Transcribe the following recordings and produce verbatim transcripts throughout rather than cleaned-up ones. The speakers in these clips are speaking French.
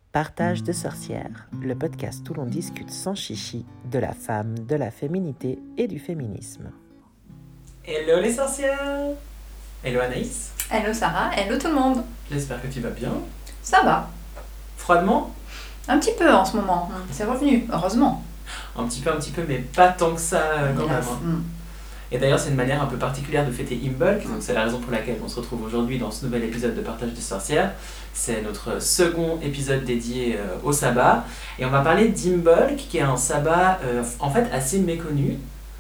Partage de sorcières, le podcast où l'on discute sans chichi de la femme, de la féminité et du féminisme. Hello les sorcières! Hello Anaïs! Hello Sarah, hello tout le monde! J'espère que tu vas bien. Ça va. Froidement? Un petit peu en ce moment, c'est revenu, heureusement. Un petit peu, un petit peu, mais pas tant que ça quand même. Mm. Et d'ailleurs, c'est une manière un peu particulière de fêter Imbolc, donc c'est la raison pour laquelle on se retrouve aujourd'hui dans ce nouvel épisode de Partage de sorcières. C'est notre second épisode dédié euh, au sabbat, et on va parler d'Imbolc, qui est un sabbat euh, en fait assez méconnu.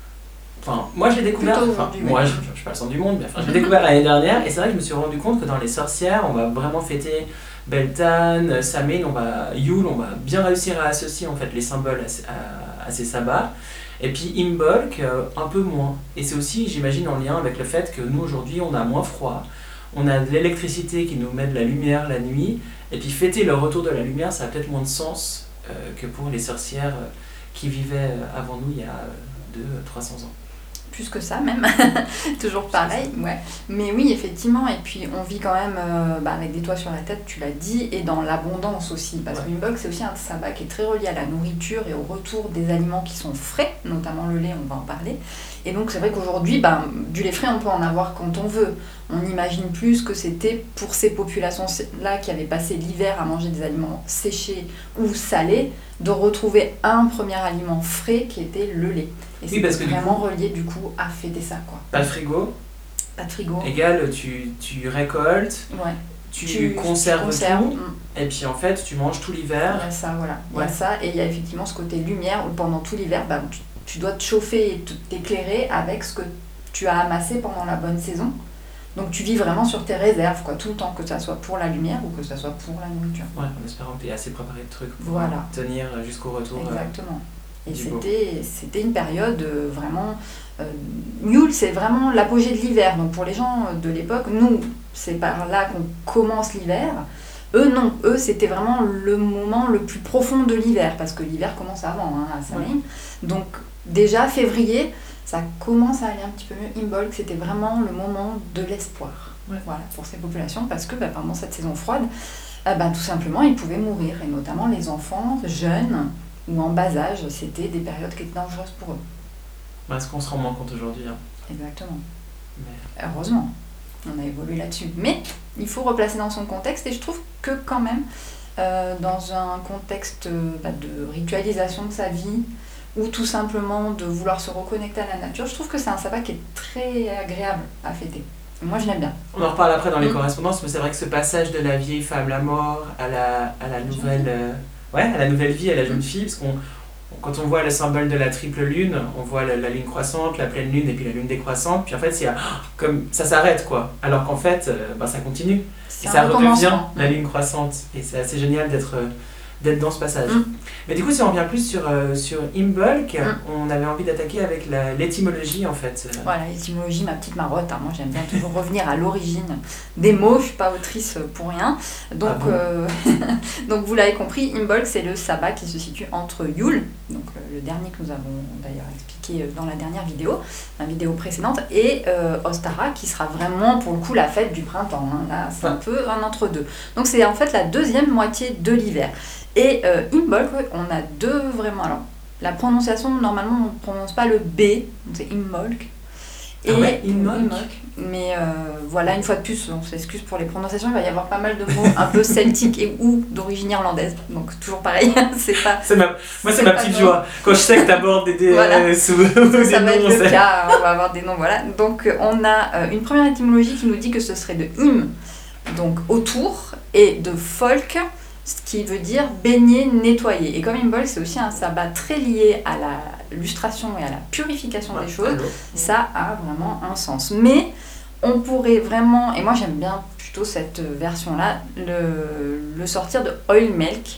Enfin, moi je l'ai découvert, enfin, moi je, je suis pas le centre du monde, mais enfin, je l'ai découvert l'année dernière, et c'est vrai que je me suis rendu compte que dans les sorcières, on va vraiment fêter Beltane, Samhain, on va Yule, on va bien réussir à associer en fait les symboles à, à, à ces sabbats. Et puis Imbolc, euh, un peu moins. Et c'est aussi, j'imagine, en lien avec le fait que nous, aujourd'hui, on a moins froid. On a de l'électricité qui nous met de la lumière la nuit. Et puis fêter le retour de la lumière, ça a peut-être moins de sens euh, que pour les sorcières euh, qui vivaient avant nous il y a euh, deux à trois cents ans. Plus que ça même, toujours pareil, ouais. Mais oui, effectivement, et puis on vit quand même euh, bah, avec des toits sur la tête, tu l'as dit, et dans l'abondance aussi, parce ouais. que Imbolc, c'est aussi un sabbat qui est très relié à la nourriture et au retour des aliments qui sont frais, notamment le lait, on va en parler. Et donc c'est vrai qu'aujourd'hui, bah, du lait frais, on peut en avoir quand on veut. On imagine plus que c'était pour ces populations-là qui avaient passé l'hiver à manger des aliments séchés ou salés, de retrouver un premier aliment frais qui était le lait. Et oui, parce que vraiment du coup, relié du coup à fêter ça, quoi. Pas de frigo. Pas de frigo. Égal, tu, tu récoltes, ouais. tu, tu conserves, tu conserves tout, mm. et puis en fait tu manges tout l'hiver. Il y a ça, voilà. Il ouais. y a ça, et il y a effectivement ce côté lumière où pendant tout l'hiver, bah, tu, tu dois te chauffer et t'éclairer avec ce que tu as amassé pendant la bonne saison. Donc tu vis vraiment sur tes réserves, quoi, tout le temps, que ça soit pour la lumière ou que ça soit pour la nourriture. Ouais, en espérant que tu aies assez préparé de trucs pour voilà. tenir jusqu'au retour. Exactement. Euh, Et c'était, c'était une période euh, vraiment... Euh, Yule, c'est vraiment l'apogée de l'hiver. Donc pour les gens de l'époque, nous, c'est par là qu'on commence l'hiver. Eux, non. Eux, c'était vraiment le moment le plus profond de l'hiver, parce que l'hiver commence avant, hein, à Samhain. Ouais. Donc déjà, février... ça commence à aller un petit peu mieux. Imbolc, c'était vraiment le moment de l'espoir, ouais. voilà, pour ces populations, parce que bah, pendant cette saison froide, euh, bah, tout simplement, ils pouvaient mourir, et notamment les enfants jeunes ou en bas âge, c'était des périodes qui étaient dangereuses pour eux. Bah, est-ce qu'on se rend moins compte aujourd'hui hein. Exactement. Mais... heureusement, on a évolué là-dessus. Mais il faut replacer dans son contexte, et je trouve que quand même, euh, dans un contexte bah, de ritualisation de sa vie, ou tout simplement de vouloir se reconnecter à la nature, je trouve que c'est un sabbat qui est très agréable à fêter. Moi, je l'aime bien. On en reparle après dans les mmh. correspondances, mais c'est vrai que ce passage de la vieille femme, la mort, à la, à la, nouvelle, euh, ouais, à la nouvelle vie, à la jeune mmh. fille, parce qu'on quand on voit le symbole de la triple lune, on voit la, la lune croissante, la pleine lune et puis la lune décroissante, puis en fait, c'est, comme, ça s'arrête, quoi. Alors qu'en fait, euh, ben, ça continue. C'est et ça redevient mmh. la lune croissante. Et c'est assez génial d'être... Euh, d'être dans ce passage. Mm. Mais du coup, si on revient plus sur, euh, sur Imbolc, mm. on avait envie d'attaquer avec la, l'étymologie, en fait. Voilà, l'étymologie, ma petite marotte. Hein. Moi, j'aime bien toujours revenir à l'origine des mots. Je ne suis pas autrice pour rien. Donc, ah bon. euh, donc vous l'avez compris, Imbolc, c'est le sabbat qui se situe entre Yule, donc euh, le dernier que nous avons d'ailleurs expliqué dans la dernière vidéo, la vidéo précédente, et euh, Ostara, qui sera vraiment, pour le coup, la fête du printemps. Hein. Là, c'est ah. un peu un entre-deux. Donc, c'est en fait la deuxième moitié de l'hiver. Et euh, Imbolc, on a deux vraiment. Alors, la prononciation, normalement, on ne prononce pas le B, c'est Imbolc. Et ah ouais, Imbolc. Mais euh, voilà, une fois de plus, on s'excuse pour les prononciations, il va y avoir pas mal de mots un peu celtiques et ou d'origine irlandaise. Donc, toujours pareil, c'est pas. C'est ma, moi, c'est, c'est ma petite bon. joie. Quand je sais que tu abordes des, des voilà. euh, sous, ça, des ça va noms, être le cas, on va avoir des noms, voilà. Donc, on a euh, une première étymologie qui nous dit que ce serait de im, donc autour, et de folk, ce qui veut dire baigner, nettoyer. Et comme Imbolc, c'est aussi un sabbat très lié à la lustration et à la purification ouais, des choses, alors. ça a vraiment un sens. Mais on pourrait vraiment, et moi j'aime bien plutôt cette version-là, le, le sortir de oil milk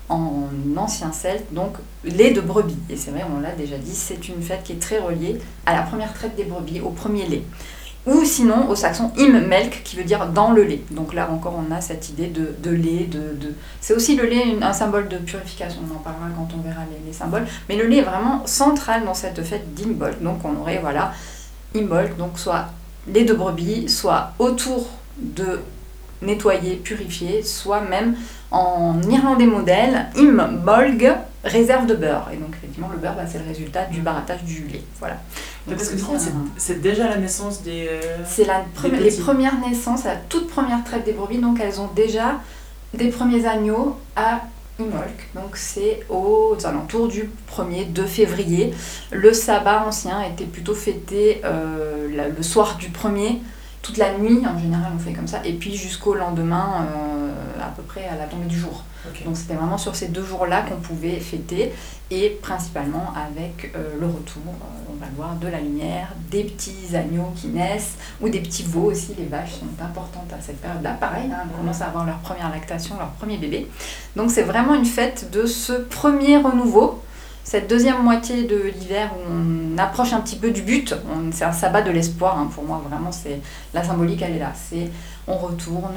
en ancien celte, donc lait de brebis. Et c'est vrai, on l'a déjà dit, c'est une fête qui est très reliée à la première traite des brebis, au premier lait. Ou sinon, au saxon, im melk, qui veut dire dans le lait. Donc là encore, on a cette idée de, de lait. De, de... C'est aussi le lait, une, un symbole de purification. On en parlera quand on verra les, les symboles. Mais le lait est vraiment central dans cette fête d'Imbolc. Donc on aurait, voilà, Imbolc, donc soit lait de brebis, soit autour de nettoyer, purifier, soit même En irlandais modèle, Imbolg, réserve de beurre. Et donc effectivement, le beurre, bah, c'est le résultat du barattage du lait. Voilà. Ouais, parce que c'est du coup, c'est, un- c'est déjà la naissance des... euh, c'est la Des pre- les petits. premières naissances, la toute première traite des brebis, donc elles ont déjà des premiers agneaux à Imbolc. Donc c'est aux alentours du premier deux février. Le sabbat ancien était plutôt fêté euh, la- le soir du premier, toute la nuit en général on fait comme ça, et puis jusqu'au lendemain euh, à peu près à la tombée du jour. Ok. Donc c'était vraiment sur ces deux jours-là qu'on pouvait fêter, et principalement avec euh, le retour, euh, on va le voir, de la lumière, des petits agneaux qui naissent, ou des petits veaux aussi. Les vaches sont importantes à cette période-là, pareil, hein, elles commencent à avoir leur première lactation, leur premier bébé. Donc c'est vraiment une fête de ce premier renouveau, cette deuxième moitié de l'hiver où on approche un petit peu du but. On- c'est un sabbat de l'espoir, hein, pour moi, vraiment, c'est la symbolique, elle est là. C'est on retourne,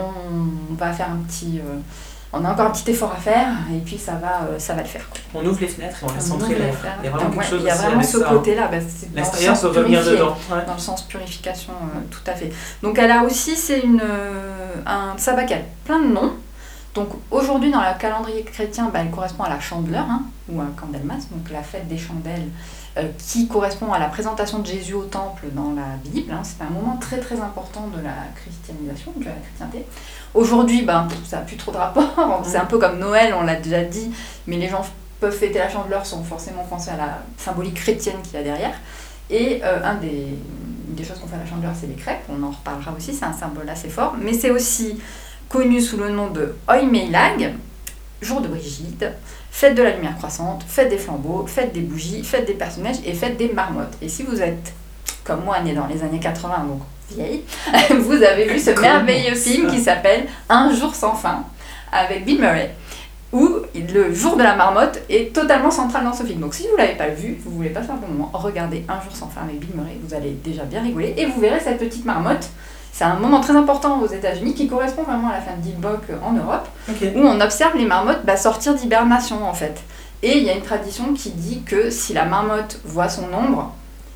on va faire un petit... euh, on a encore un petit effort à faire, et puis ça va, euh, ça va le faire, quoi. On ouvre les fenêtres et on laisse On entrer ouvre l'air. les fenêtres. Il y a vraiment Ouais, quelque chose il y a aussi vraiment avec ce ça, hein. côté-là, bah, c'est dans le L'extérieur sens se revient purifié, dedans. Ouais. dans le sens purification, euh, tout à fait. Donc elle a aussi, c'est une, euh, un sabbat qui a plein de noms. Donc aujourd'hui dans le calendrier chrétien, bah, elle correspond à la Chandeleur, hein, ou à Candlemas, donc la fête des chandelles, euh, qui correspond à la présentation de Jésus au temple dans la Bible, hein. C'est un moment très très important de la christianisation, de la chrétienté. Aujourd'hui, ben, ça n'a plus trop de rapport, c'est un peu comme Noël, on l'a déjà dit, mais les gens peuvent fêter la Chandeleur sans forcément penser à la symbolique chrétienne qu'il y a derrière. Et euh, un des, une des choses qu'on fait à la Chandeleur, c'est les crêpes, on en reparlera aussi, c'est un symbole assez fort, mais c'est aussi connu sous le nom de Oimeilag, jour de Brigitte, fête de la lumière croissante, fête des flambeaux, fête des bougies, fête des personnages et fête des marmottes. Et si vous êtes, comme moi, né dans les années quatre-vingts, donc vieille, vous avez vu ce Comment merveilleux film qui s'appelle Un jour sans fin, avec Bill Murray, où le jour de la marmotte est totalement central dans ce film. Donc si vous ne l'avez pas vu, vous voulez passer un bon moment, regardez Un jour sans fin avec Bill Murray, vous allez déjà bien rigoler, et vous verrez cette petite marmotte. C'est un moment très important aux États-Unis qui correspond vraiment à la fin d'Imbolc en Europe, Ok. où on observe les marmottes bah, sortir d'hibernation en fait. Et il y a une tradition qui dit que si la marmotte voit son ombre,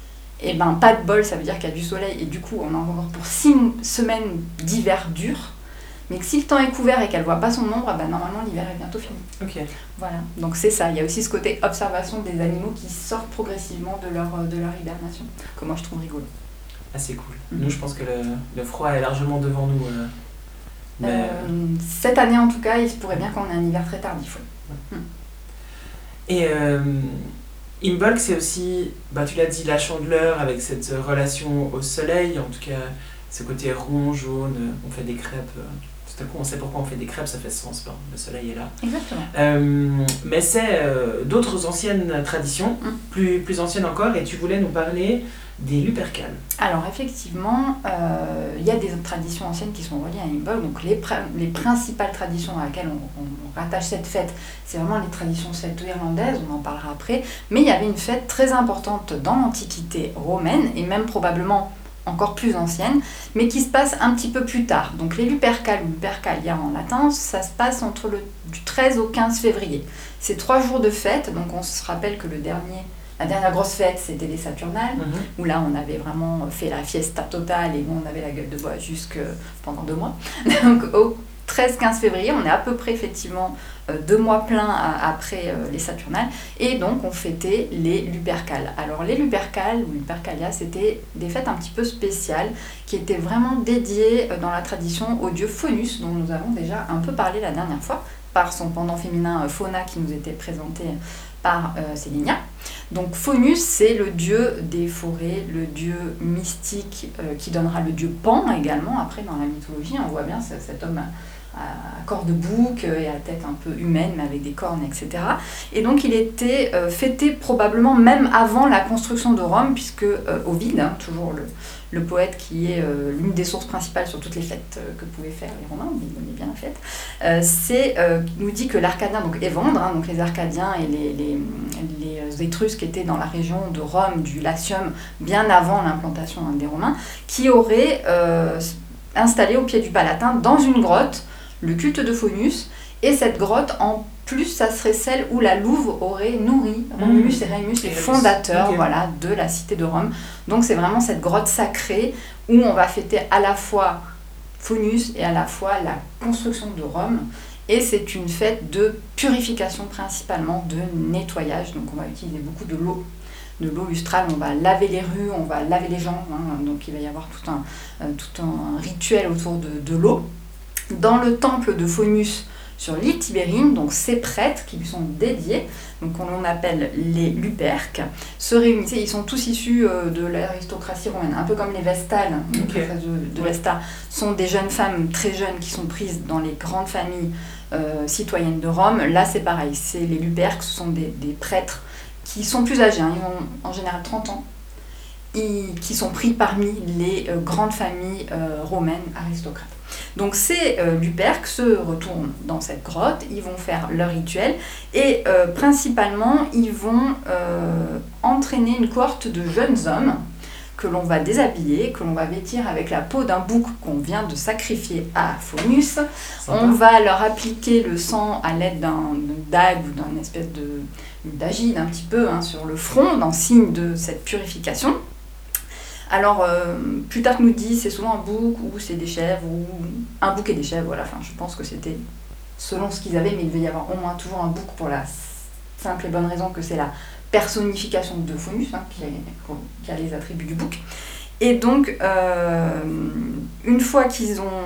et ben pas de bol, ça veut dire qu'il y a du soleil, et du coup on en a encore pour six semaines d'hiver dur, mais que si le temps est couvert et qu'elle voit pas son ombre, ben normalement l'hiver est bientôt fini. Ok. Voilà, donc c'est ça, il y a aussi ce côté observation des animaux qui sortent progressivement de leur, de leur hibernation, que moi je trouve rigolo. Ah, c'est cool. Mhm. Nous, je pense que le, le froid est largement devant nous. euh, mais... Euh, cette année en tout cas, il se pourrait bien qu'on ait un hiver très tardif. Ouais. Et euh, Imbolc, c'est aussi, bah, tu l'as dit, la Chandeleur avec cette relation au soleil, en tout cas ce côté rond, jaune, on fait des crêpes. euh, Tout à coup, on sait pourquoi on fait des crêpes, ça fait sens, ben, le soleil est là. Exactement. Euh, mais c'est euh, d'autres anciennes traditions, Mm. plus, plus anciennes encore, et tu voulais nous parler des Lupercales. Alors effectivement, euh, il y a des traditions anciennes qui sont reliées à Imbolc. Donc les, pr- les principales traditions à laquelle on, on rattache cette fête, c'est vraiment les traditions celto-irlandaises, on en parlera après. Mais il y avait une fête très importante dans l'Antiquité romaine, et même probablement encore plus ancienne, mais qui se passe un petit peu plus tard. Donc les Lupercales, ou Lupercalia en latin, ça se passe entre le du treize au quinze février. C'est trois jours de fête, donc on se rappelle que le dernier... La dernière grosse fête, c'était les Saturnales, Mm-hmm. où là, on avait vraiment fait la fiesta totale et où on avait la gueule de bois jusque pendant deux mois. Donc, au treize quinze février, on est à peu près, effectivement, euh, deux mois pleins à- après euh, les Saturnales. Et donc, on fêtait les Lupercales. Alors, les Lupercales, ou Lupercalia, c'était des fêtes un petit peu spéciales qui étaient vraiment dédiées euh, dans la tradition au dieu Faunus, dont nous avons déjà un peu parlé la dernière fois, par son pendant féminin euh, Fauna qui nous était présenté par euh, Célinia. Donc Faunus, c'est le dieu des forêts, le dieu mystique euh, qui donnera le dieu Pan également. Après, dans la mythologie, on voit bien ce- cet homme à, à corps de bouc euh, et à tête un peu humaine, mais avec des cornes, et cetera. Et donc il était euh, fêté probablement même avant la construction de Rome, puisque euh, Ovide, hein, toujours le, le poète qui est euh, l'une des sources principales sur toutes les fêtes euh, que pouvaient faire les Romains, il aimait bien la fête, euh, c'est, euh, nous dit que l'Arcadien, donc Évandre, hein, donc les Arcadiens et les, les, les Étrusques étaient dans la région de Rome, du Latium, bien avant l'implantation hein, des Romains, qui auraient euh, installé au pied du Palatin, dans une grotte, le culte de Faunus, et cette grotte, en plus, ça serait celle où la Louve aurait nourri Romulus et Rémus, les Et fondateurs ok. voilà, de la cité de Rome. Donc c'est vraiment cette grotte sacrée où on va fêter à la fois Faunus et à la fois la construction de Rome. Et c'est une fête de purification principalement, de nettoyage. Donc on va utiliser beaucoup de l'eau, de l'eau lustrale. On va laver les rues, on va laver les jambes. Hein. Donc il va y avoir tout un, euh, tout un rituel autour de, de l'eau. Dans le temple de Faunus sur l'île Tibérine, donc ces prêtres qui lui sont dédiés, donc on appelle les Luperques, se réunissent. Ils sont tous issus euh, de l'aristocratie romaine, un peu comme les Vestales, okay. de, de ouais. Vesta, sont des jeunes femmes très jeunes qui sont prises dans les grandes familles euh, citoyennes de Rome. Là c'est pareil, c'est les Luperques, ce sont des, des prêtres qui sont plus âgés, hein. Ils ont en général trente ans, et qui sont pris parmi les euh, grandes familles euh, romaines aristocrates. Donc ces euh, Luperques se retournent dans cette grotte, ils vont faire leur rituel et euh, principalement ils vont euh, entraîner une cohorte de jeunes hommes que l'on va déshabiller, que l'on va vêtir avec la peau d'un bouc qu'on vient de sacrifier à Faunus. Sympa. On va leur appliquer le sang à l'aide d'un, d'une dague ou d'un espèce de, d'agide un petit peu hein, sur le front, en signe de cette purification. Alors, euh, Plutarque nous dit c'est souvent un bouc ou c'est des chèvres, ou un bouc et des chèvres, voilà. Enfin, je pense que c'était selon ce qu'ils avaient, mais il devait y avoir au moins toujours un bouc pour la simple et bonne raison que c'est la personnification de Faunus, hein, qui, a, qui a les attributs du bouc. Et donc, euh, une fois qu'ils ont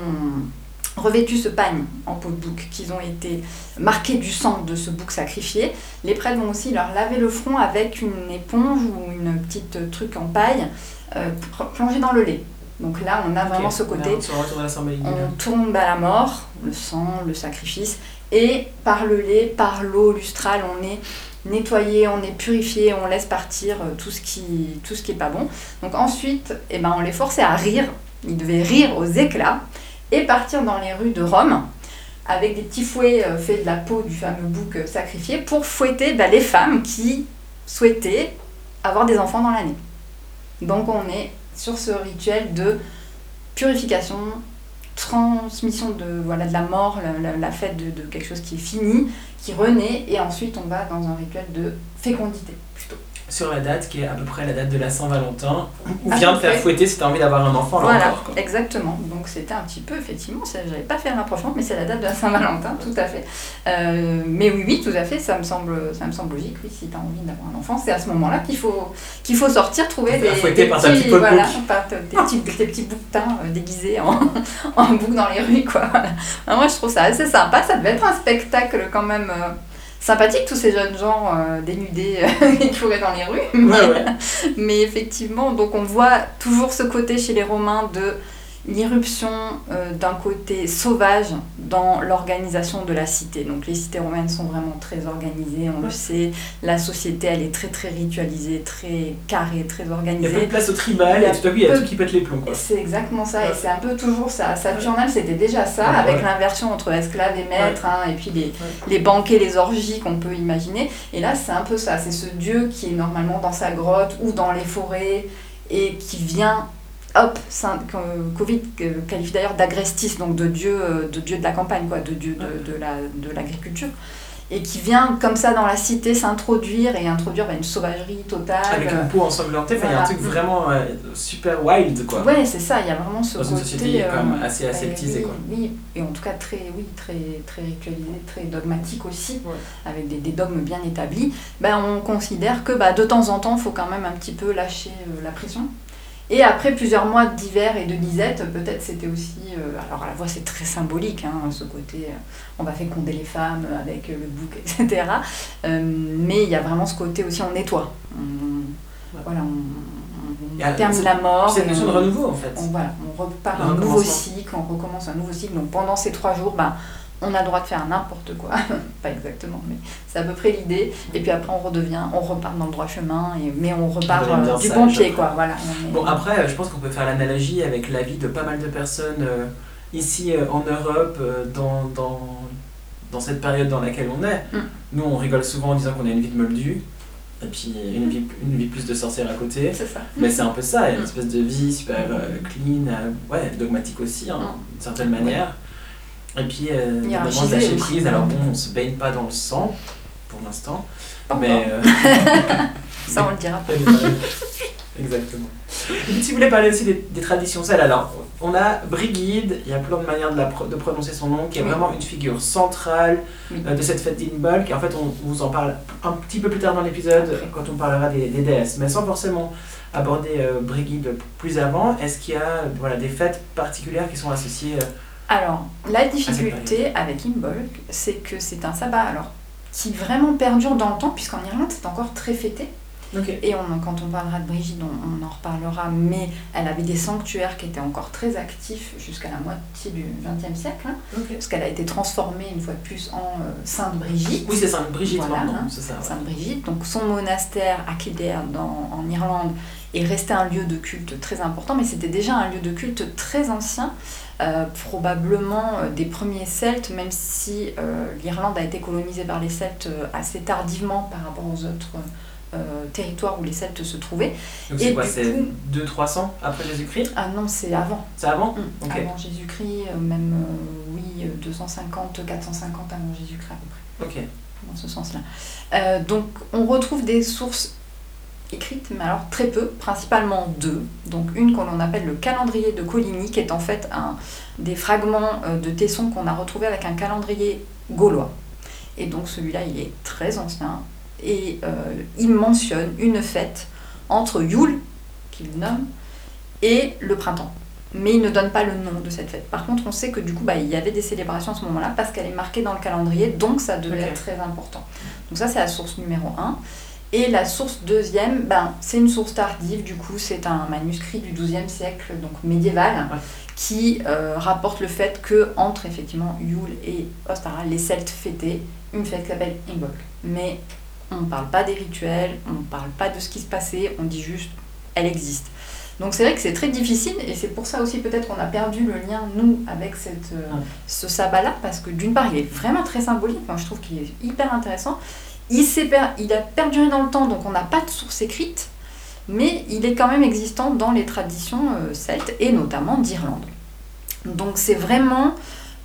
revêtu ce pagne en peau de bouc, qu'ils ont été marqués du sang de ce bouc sacrifié, les prêtres vont aussi leur laver le front avec une éponge ou une petite truc en paille, Euh, plongé dans le lait. Donc là, on a vraiment okay. ce côté, on, on tourne à la mort, le sang, le sacrifice, et par le lait, par l'eau lustrale, on est nettoyé, on est purifié, on laisse partir tout ce qui, tout ce qui est pas bon. Donc ensuite, eh ben, on les forçait à rire, ils devaient rire aux éclats, et partir dans les rues de Rome, avec des petits fouets euh, faits de la peau du fameux bouc euh, sacrifié, pour fouetter ben, les femmes qui souhaitaient avoir des enfants dans l'année. Donc on est sur ce rituel de purification, transmission de, voilà, de la mort, la, la, la fête de, de quelque chose qui est fini, qui renaît, et ensuite on va dans un rituel de fécondité plutôt. Sur la date qui est à peu près la date de la Saint-Valentin, où vient de faire fouetter si tu as envie d'avoir un enfant là voilà, encore. Quoi. Exactement. Donc c'était un petit peu, effectivement, j'avais pas fait un rapprochement, mais c'est la date de la Saint-Valentin, tout à fait. Euh, mais oui, oui, tout à fait, ça me semble, ça me semble logique. Oui, si tu as envie d'avoir un enfant, c'est à ce moment-là qu'il faut, qu'il faut sortir, trouver des, des, par petits, voilà, par tes petits, tes petits bouquetins euh, déguisés en, en bouc dans les rues, quoi. Alors, moi, je trouve ça assez sympa. Ça devait être un spectacle quand même... Euh, sympathique, tous ces jeunes gens euh, dénudés euh, qui couraient dans les rues. Mais, ouais, ouais. mais effectivement, donc on voit toujours ce côté chez les Romains de l'irruption euh, d'un côté sauvage dans l'organisation de la cité. Donc les cités romaines sont vraiment très organisées, on ouais. le sait. La société, elle est très très ritualisée, très carrée, très organisée. Il y a peu de place au tribal et tout à coup, il y a tout qui pète les plombs. Quoi. C'est exactement ça, ouais. Et c'est un peu toujours ça. Saturnale, c'était déjà ça, ouais, avec ouais. l'inversion entre esclaves et maîtres, ouais. hein, et puis les, ouais. les banquets, les orgies qu'on peut imaginer. Et là, c'est un peu ça. C'est ce dieu qui est normalement dans sa grotte ou dans les forêts et qui vient... Hop, Covid qualifie d'ailleurs d'agrestis, donc de dieu, de dieu de la campagne, quoi, de dieu de, de, la, de l'agriculture, et qui vient comme ça dans la cité s'introduire et introduire bah, une sauvagerie totale. Avec une peau ensanglantée, voilà. Il y a un truc vraiment euh, super wild, quoi. Ouais, c'est ça, il y a vraiment ce dans côté... Dans une société euh, quand même assez oui, aseptisée, quoi. Oui, et en tout cas très, oui, très, très ritualisé, très dogmatique aussi, ouais. avec des, des dogmes bien établis. Ben, on considère que bah, de temps en temps, il faut quand même un petit peu lâcher euh, la pression. Et après plusieurs mois d'hiver et de disette, peut-être c'était aussi... Euh, alors à la fois c'est très symbolique, hein, ce côté, euh, on va féconder les femmes avec euh, le bouc, et cetera. Euh, mais il y a vraiment ce côté aussi, on nettoie. On, ouais. Voilà, on, on, on termine la mort. C'est une notion de renouveau en fait. On, voilà, on repart un, un nouveau cycle, on recommence un nouveau cycle. Donc pendant ces trois jours, bah, on a le droit de faire n'importe quoi, pas exactement, mais c'est à peu près l'idée. Et puis après, on redevient, on repart dans le droit chemin, et, mais on repart on euh, du bon pied, quoi. Voilà. Est... Bon, après, je pense qu'on peut faire l'analogie avec la vie de pas mal de personnes euh, ici euh, en Europe, euh, dans, dans, dans cette période dans laquelle on est. Mm. Nous, on rigole souvent en disant qu'on a une vie de moldu, et puis une vie, une vie plus de sorcière à côté. C'est ça. Mais c'est un peu ça, il y a une espèce de vie super euh, clean, euh, ouais, dogmatique aussi, hein, mm. d'une certaine manière. Ouais. Et puis, euh, il y a un moment de lâcher prise. Alors bon, on ne se baigne pas dans le sang, pour l'instant. Pas mais euh... ça, on le dira pas. Exactement. Et si vous voulez parler aussi des, des traditions celles, alors on a Brigid, il y a plein de manières de, la, de prononcer son nom, qui est oui. vraiment une figure centrale oui. euh, de cette fête d'Imbolc. Et en fait, on, on vous en parle un petit peu plus tard dans l'épisode, okay. quand on parlera des, des déesses, mais sans forcément aborder euh, Brigid plus avant. Est-ce qu'il y a voilà, des fêtes particulières qui sont associées euh, Alors, la difficulté avec Imbolc, c'est que c'est un sabbat alors, qui vraiment perdure dans le temps, puisqu'en Irlande, c'est encore très fêté. Okay. Et on, quand on parlera de Brigid, on, on en reparlera, mais elle avait des sanctuaires qui étaient encore très actifs jusqu'à la moitié du vingtième siècle, hein, okay. parce qu'elle a été transformée une fois de plus en euh, Sainte Brigitte. Oui, c'est Sainte Brigitte, voilà, maintenant, hein, c'est ça. Ouais. Sainte Brigitte, donc son monastère à Kildare dans, en Irlande est resté un lieu de culte très important, mais c'était déjà un lieu de culte très ancien, euh, probablement euh, des premiers Celtes, même si euh, l'Irlande a été colonisée par les Celtes euh, assez tardivement par rapport aux autres euh, Euh, territoire où les Celtes se trouvaient. Donc c'est et quoi, c'est coup... deux à trois cents après Jésus-Christ ? Ah non, c'est avant. C'est avant ? mmh. okay. Avant Jésus-Christ, euh, même, euh, oui, deux cent cinquante, quatre cent cinquante avant Jésus-Christ à peu près. Ok. Dans ce sens-là. Euh, donc, on retrouve des sources écrites, mais alors très peu, principalement deux. Donc, une qu'on appelle le calendrier de Coligny, qui est en fait un des fragments euh, de Tesson qu'on a retrouvé avec un calendrier gaulois. Et donc, celui-là, il est très ancien. Et euh, il mentionne une fête entre Yule, qu'il nomme, et le printemps. Mais il ne donne pas le nom de cette fête. Par contre, on sait que du coup, bah, il y avait des célébrations à ce moment-là, parce qu'elle est marquée dans le calendrier, donc ça devait okay. être très important. Donc ça, c'est la source numéro un. Et la source deuxième, ben, c'est une source tardive, du coup, c'est un manuscrit du douzième siècle, donc médiéval, ouais. qui euh, rapporte le fait qu'entre effectivement Yule et Ostara, les Celtes fêtaient une fête qui s'appelle Imbolc. Mais on ne parle pas des rituels, on ne parle pas de ce qui se passait, on dit juste elle existe. Donc c'est vrai que c'est très difficile et c'est pour ça aussi peut-être qu'on a perdu le lien, nous, avec cette, euh, ce sabbat-là, parce que d'une part il est vraiment très symbolique, enfin, je trouve qu'il est hyper intéressant, il, s'est per... il a perduré dans le temps, donc on n'a pas de source écrite, mais il est quand même existant dans les traditions euh, celtes et notamment d'Irlande. Donc c'est vraiment...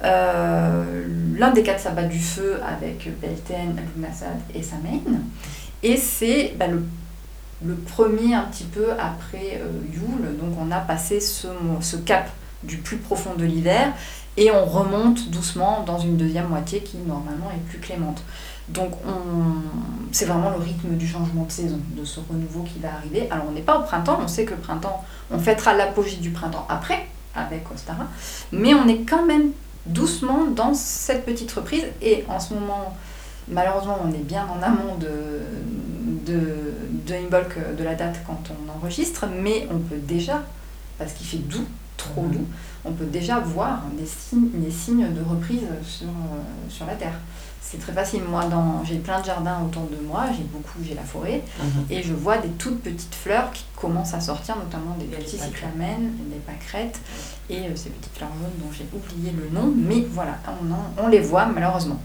Euh, l'un des quatre sabbats du feu avec Beltane, Lughnasadh et Samhain, et c'est bah, le, le premier un petit peu après euh, Yule, donc on a passé ce, ce cap du plus profond de l'hiver et on remonte doucement dans une deuxième moitié qui normalement est plus clémente. Donc on... c'est vraiment le rythme du changement de saison, de ce renouveau qui va arriver. Alors on n'est pas au printemps, on sait que le printemps, on fêtera l'apogée du printemps après, avec Ostara, mais on est quand même doucement dans cette petite reprise et en ce moment malheureusement on est bien en amont de, de, de Imbolc, de la date quand on enregistre, mais on peut déjà, parce qu'il fait doux, trop doux, on peut déjà voir des signes, des signes de reprise sur, euh, sur la terre. C'est très facile, moi dans, j'ai plein de jardins autour de moi, j'ai beaucoup, j'ai la forêt, mmh. et je vois des toutes petites fleurs qui commencent à sortir, notamment des petits cyclamènes, des pâquerettes, et euh, ces petites fleurs jaunes dont j'ai oublié le nom, mais voilà, on, en, on les voit malheureusement.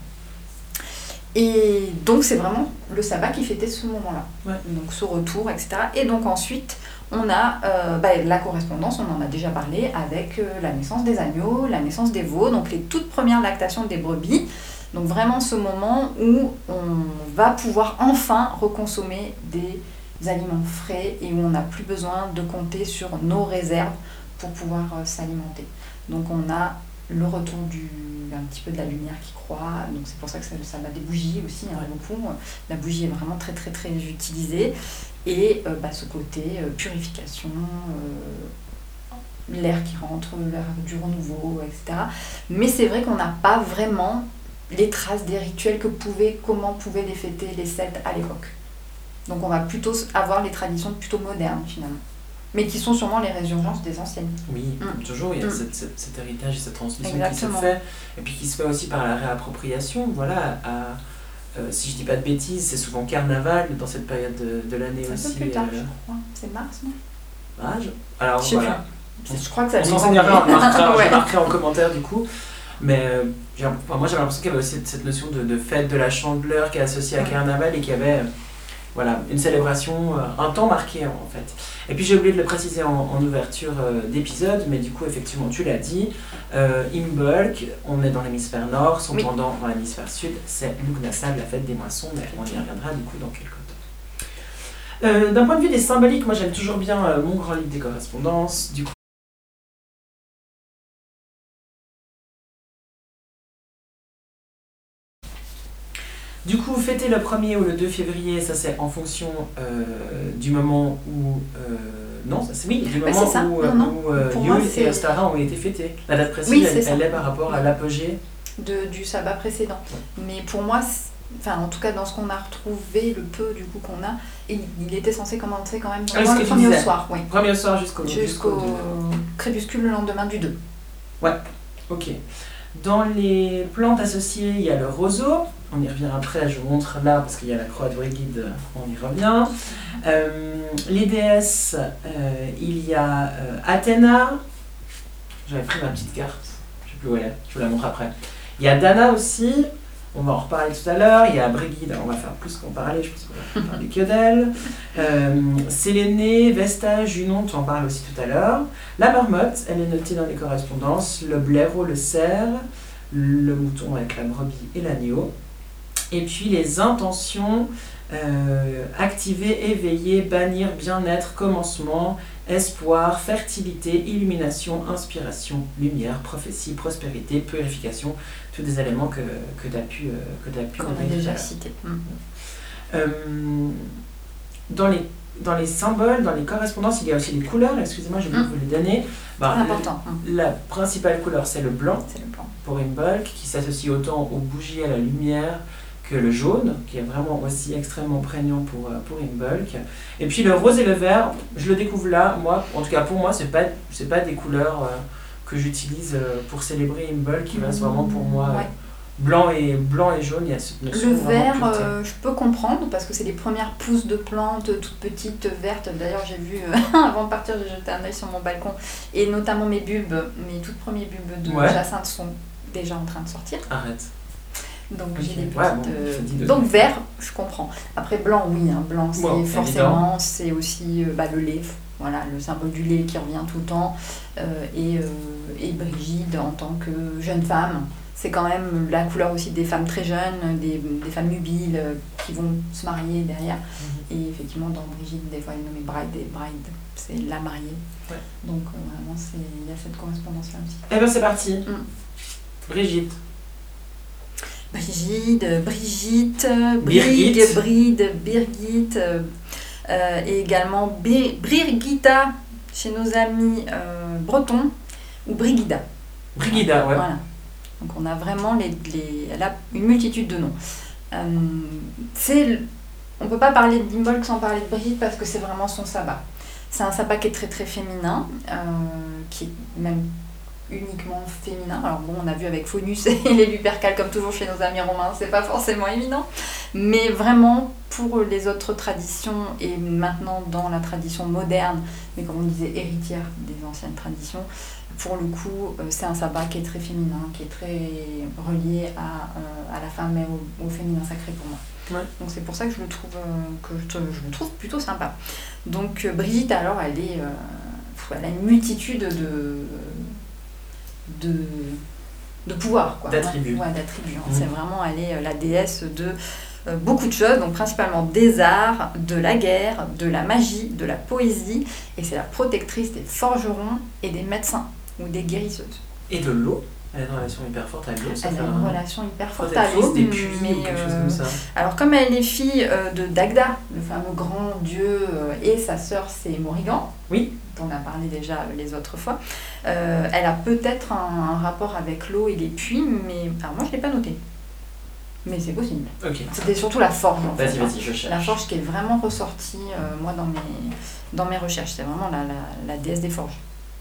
Et donc c'est vraiment le sabbat qui fêtait ce moment-là, ouais. donc ce retour, et cetera. Et donc ensuite, on a euh, bah, la correspondance, on en a déjà parlé, avec euh, la naissance des agneaux, la naissance des veaux, donc les toutes premières lactations des brebis. Donc vraiment ce moment où on va pouvoir enfin reconsommer des aliments frais et où on n'a plus besoin de compter sur nos réserves pour pouvoir euh, s'alimenter. Donc on a le retour du, un petit peu de la lumière qui croît, donc c'est pour ça que ça, ça va des bougies aussi, hein, beaucoup. La bougie est vraiment très très très utilisée et euh, bah, ce côté euh, purification, euh, l'air qui rentre, l'air du renouveau, et cetera. Mais c'est vrai qu'on n'a pas vraiment les traces des rituels que pouvaient, comment pouvaient les fêter les Celtes à l'époque. Donc on va plutôt avoir les traditions plutôt modernes finalement, mais qui sont sûrement les résurgences des anciennes. Oui, comme mm. toujours, il y a mm. cette, cette, cet héritage et cette transmission Exactement. qui se fait, et puis qui se fait aussi par la réappropriation. Voilà, à, euh, si je dis pas de bêtises, c'est souvent carnaval dans cette période de, de l'année aussi. C'est un peu plus tard, euh... je crois. C'est mars, non ah, je... Alors je voilà. Plus. Je crois que ça on s'enseignera, on marquera, ouais. Je marquerai en commentaire du coup. Mais euh, j'ai, enfin, moi j'avais l'impression qu'il y avait aussi cette notion de, de fête de la Chandeleur qui est associée à ouais. Carnaval et qu'il y avait euh, voilà, une célébration, euh, un temps marqué en fait. Et puis j'ai oublié de le préciser en, en ouverture euh, d'épisode, mais du coup effectivement tu l'as dit, euh, Imbolc, on est dans l'hémisphère nord, son oui. pendant dans l'hémisphère sud, c'est Lughnasadh, la fête des moissons, mais on y reviendra du coup dans quelques temps. Euh, d'un point de vue des symboliques, moi j'aime toujours bien euh, mon grand livre des correspondances. Du coup, du coup fêter le premier ou le deux février, ça c'est en fonction euh, du moment où... Euh, non, ça c'est oui, du Ouais, moment c'est ça. où, Non, non. où euh, Pour moi, Yule c'est- et Ostara ont été fêtés. La date précise, Oui, elle, c'est ça. elle est par rapport à l'apogée. de, du sabbat précédent. Mais pour moi, c'est- enfin en tout cas dans ce qu'on a retrouvé, le peu du coup qu'on a, il, il était censé commencer quand même Ah, moi, ce le que tu premier au disais. soir, oui. Premier au soir jusqu'au... Jusqu'au deux. crépuscule le lendemain du deux. Ok. Dans les plantes associées, il y a le roseau. On y revient après, je vous montre là, parce qu'il y a la croix de Brigide, on y revient. Euh, les déesses, euh, il y a euh, Athéna. J'avais pris ma petite carte, je sais plus où elle est, je vous la montre après. Il y a Dana aussi, on va en reparler tout à l'heure. Il y a Brigide, on va faire plus qu'en parler, je pense qu'on va parler que d'elle. Euh, Sélénée, Vesta, Junon, tu en parles aussi tout à l'heure. La marmotte, elle est notée dans les correspondances. Le blaireau, le cerf, le mouton avec la brebis et l'agneau. Et puis les intentions, euh, activer, éveiller, bannir, bien-être, commencement, espoir, fertilité, illumination, inspiration, lumière, prophétie, prospérité, purification, tous des éléments que, que tu as pu, euh, que t'as pu Qu'on a nommer tout à déjà l'heure. cité. Euh, dans, les, dans les symboles, dans les correspondances, il y a aussi les couleurs. Excusez-moi, j'ai oublié de vous les donner. Bah, C'est important, hein. La principale couleur, c'est le blanc C'est le plan. pour Imbolc, qui s'associe autant aux bougies, à la lumière, que le jaune, qui est vraiment aussi extrêmement prégnant pour, euh, pour Imbolc. Et puis le rose et le vert, je le découvre là, moi, en tout cas pour moi, c'est pas, c'est pas des couleurs euh, que j'utilise euh, pour célébrer Imbolc, qui reste vraiment pour moi euh, Ouais. blanc, et, blanc et jaune, il y a cette notion Le vraiment vert, culte. euh, je peux comprendre parce que c'est les premières pousses de plantes toutes petites, vertes. D'ailleurs, j'ai vu, euh, avant de partir, j'ai jeté un œil sur mon balcon et notamment mes bulbes, mes toutes premiers bulbes de Ouais. jacinthe sont déjà en train de sortir. Arrête. Donc Ok. j'ai des petites. Ouais, bon, euh, ça dit de- donc vert, je comprends. Après blanc, oui, hein, blanc c'est Bon, forcément, c'est aussi euh, bah, le lait, voilà, le symbole du lait qui revient tout le temps. Euh, et, euh, et Brigide en tant que jeune femme, c'est quand même la couleur aussi des femmes très jeunes, des, des femmes nubiles euh, qui vont se marier derrière. Mhm. Et effectivement, dans Brigide, des fois elle est nommée bride et bride, c'est la mariée. Ouais. Donc euh, vraiment, c'est- il y a cette correspondance-là aussi. Eh bien c'est parti. Mm. Brigitte. Brigide, Brigitte, Birgit. Brig, Bride, Birgit, euh, euh, et également Bi- Brigida chez nos amis euh, bretons, ou Brigida. Brigida, ouais. Voilà. Donc on a vraiment les, les, elle a une multitude de noms. Euh, c'est, le- on ne peut pas parler d'Imbolc sans parler de Brigitte parce que c'est vraiment son sabbat. C'est un sabbat qui est très très féminin, euh, qui est même uniquement féminin. Alors bon, on a vu avec Faunus et les Lupercales, comme toujours chez nos amis romains, c'est pas forcément évident. Mais vraiment, pour les autres traditions, et maintenant dans la tradition moderne, mais comme on disait, héritière des anciennes traditions, pour le coup, euh, c'est un sabbat qui est très féminin, qui est très relié à, euh, à la femme et au, au féminin sacré pour moi. Ouais. Donc c'est pour ça que je le trouve, euh, que je, je le trouve plutôt sympa. Donc euh, Brigitte, alors, elle, est, euh, pff, elle a une multitude de... de, de pouvoir, quoi. D'attributs. Ouais, d'attributs. hein. Mmh. C'est vraiment, elle est euh, la déesse de euh, beaucoup de choses, donc principalement des arts, de la guerre, de la magie, de la poésie, et c'est la protectrice des forgerons et des médecins, ou des guérisseuses. Et de l'eau. Elle a une relation hyper forte à l'eau. Ça Elle fait a un- une relation hyper forte à protectrice l'eau, des puits mais, ou quelque chose euh, comme ça. alors comme elle est fille euh, de Dagda, le fameux grand dieu, euh, et sa sœur c'est Morrigan, Oui. dont on a parlé déjà les autres fois, euh, elle a peut-être un, un rapport avec l'eau et les puits, mais alors moi je ne l'ai pas noté. Mais c'est possible. Ok. C'était surtout la forge en fait. Vas-y, vas-y, je cherche. La forge qui est vraiment ressortie, euh, moi, dans mes, dans mes recherches. C'est vraiment la, la, la déesse des forges.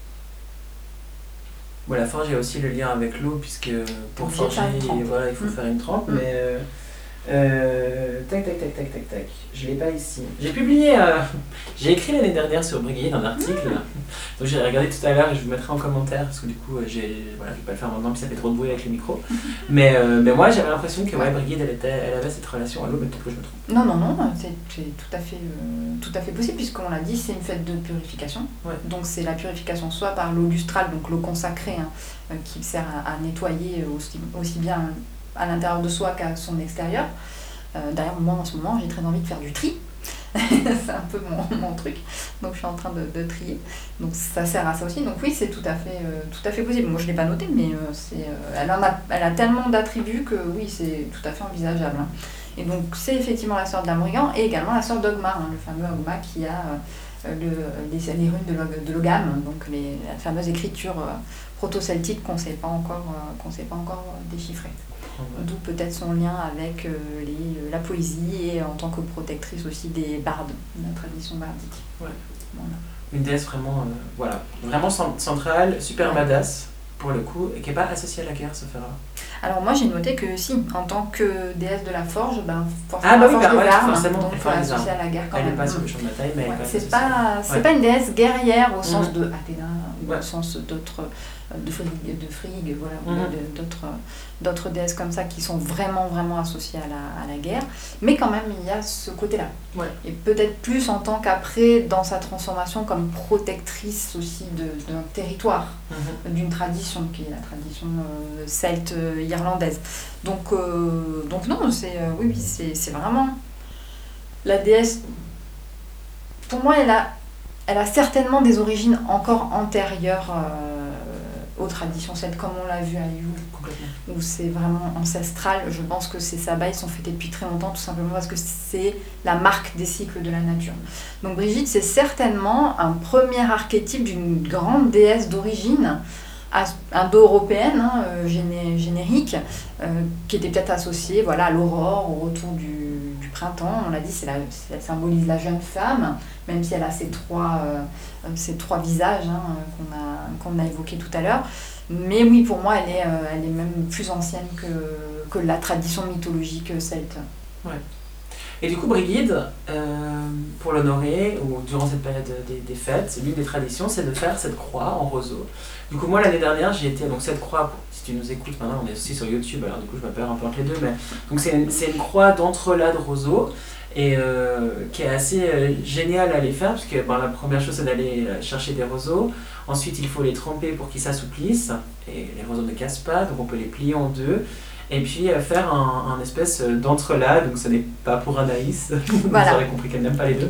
Bon, la forge, il y a aussi le lien avec l'eau, puisque pour Obligé de forger, faire une trempe. voilà, il faut Mm. faire une trempe, Mm. mais... euh, euh, tac, tac, tac, tac, tac, tac. Je l'ai pas ici. J'ai publié... euh, j'ai écrit l'année dernière sur Brigide un article, donc j'ai regardé tout à l'heure et je vous mettrai en commentaire, parce que du coup, euh, j'ai, voilà, je vais pas le faire maintenant, puis ça fait trop de bruit avec le micro. mais, euh, mais moi, j'avais l'impression que ouais, Brigide, elle, était, elle avait cette relation à l'eau, mais peut-être que je me trompe. Non, non, non, c'est, c'est tout, à fait, euh, tout à fait possible, puisqu'on l'a dit, c'est une fête de purification. Ouais. Donc c'est la purification soit par l'eau lustrale, donc l'eau consacrée, hein, euh, qui sert à, à nettoyer aussi, aussi bien à l'intérieur de soi qu'à son extérieur. Euh, D'ailleurs, moi, en ce moment, j'ai très envie de faire du tri. c'est un peu mon, mon truc. Donc je suis en train de, de trier. Donc ça sert à ça aussi. Donc oui, c'est tout à fait, euh, tout à fait possible. Moi je ne l'ai pas noté, mais euh, c'est, euh, elle, en a, elle a tellement d'attributs que oui, c'est tout à fait envisageable. Hein. Et donc c'est effectivement la sœur de Lamrigan et également la sœur d'Ogma, hein, le fameux Ogma qui a euh, le, les, les runes de, Log, de Logam, donc les, la fameuse écriture euh, proto-celtique qu'on ne sait pas encore, euh, qu'on sait pas encore euh, déchiffrer. D'où peut-être son lien avec euh, les, la poésie et en tant que protectrice aussi des bardes, de la tradition bardique. Ouais. Voilà. Une déesse vraiment, euh, voilà, vraiment centrale, super ouais. badass pour le coup, et qui n'est pas associée à la guerre, ce fer-là. Alors moi j'ai noté que si, en tant que déesse de la forge, ben, forcément ah, bah la oui, forge bah, de ouais, l'arme, forcément, donc il faut l'associer à la guerre quand elle même. Elle n'est pas sur le champ de bataille, mais ouais, elle c'est pas, c'est ouais. pas une déesse guerrière au sens mmh. de Athéna, ou ouais. au sens d'autres, de Frigg, de Frigg voilà, mmh. de, d'autres, d'autres déesses comme ça qui sont vraiment vraiment associées à la, à la guerre, mais quand même il y a ce côté-là. Ouais. Et peut-être plus en tant qu'après, dans sa transformation comme protectrice aussi de, d'un territoire, mmh. d'une tradition qui est la tradition euh, celte euh, irlandaise. Donc, euh, donc non, c'est, euh, oui, oui, c'est, c'est vraiment la déesse. Pour moi, elle a, elle a certainement des origines encore antérieures euh, aux traditions celtes, comme on l'a vu à Yule, où c'est vraiment ancestral. Je pense que ces sabbats sont fêtés depuis très longtemps, tout simplement parce que c'est la marque des cycles de la nature. Donc Brigitte, c'est certainement un premier archétype d'une grande déesse d'origine, indo-européenne, hein, euh, géné- générique, euh, qui était peut-être associée voilà, à l'aurore, au retour du, du printemps. On l'a dit, c'est la, c'est, elle symbolise la jeune femme, même si elle a ces trois, euh, ces trois visages hein, qu'on a, qu'on a évoqués tout à l'heure. Mais oui, pour moi, elle est, euh, elle est même plus ancienne que, que la tradition mythologique celte. Ouais. Et du coup, Brigid, euh, pour l'honorer, ou durant cette période des, des fêtes, l'une des traditions, c'est de faire cette croix en roseau. Du coup, moi, l'année dernière, j'y étais, donc cette croix, si tu nous écoutes maintenant, on est aussi sur YouTube, alors du coup, je m'appelle un peu entre les deux, mais donc c'est une, c'est une croix d'entrelacs de roseaux, et euh, qui est assez euh, géniale à aller faire, parce que ben, la première chose, c'est d'aller chercher des roseaux. Ensuite, il faut les tremper pour qu'ils s'assouplissent, et les roseaux ne cassent pas, donc on peut les plier en deux. Et puis euh, faire un, un espèce d'entrelac, donc ce n'est pas pour Anaïs, voilà. Vous aurez compris qu'elle n'aime pas les deux.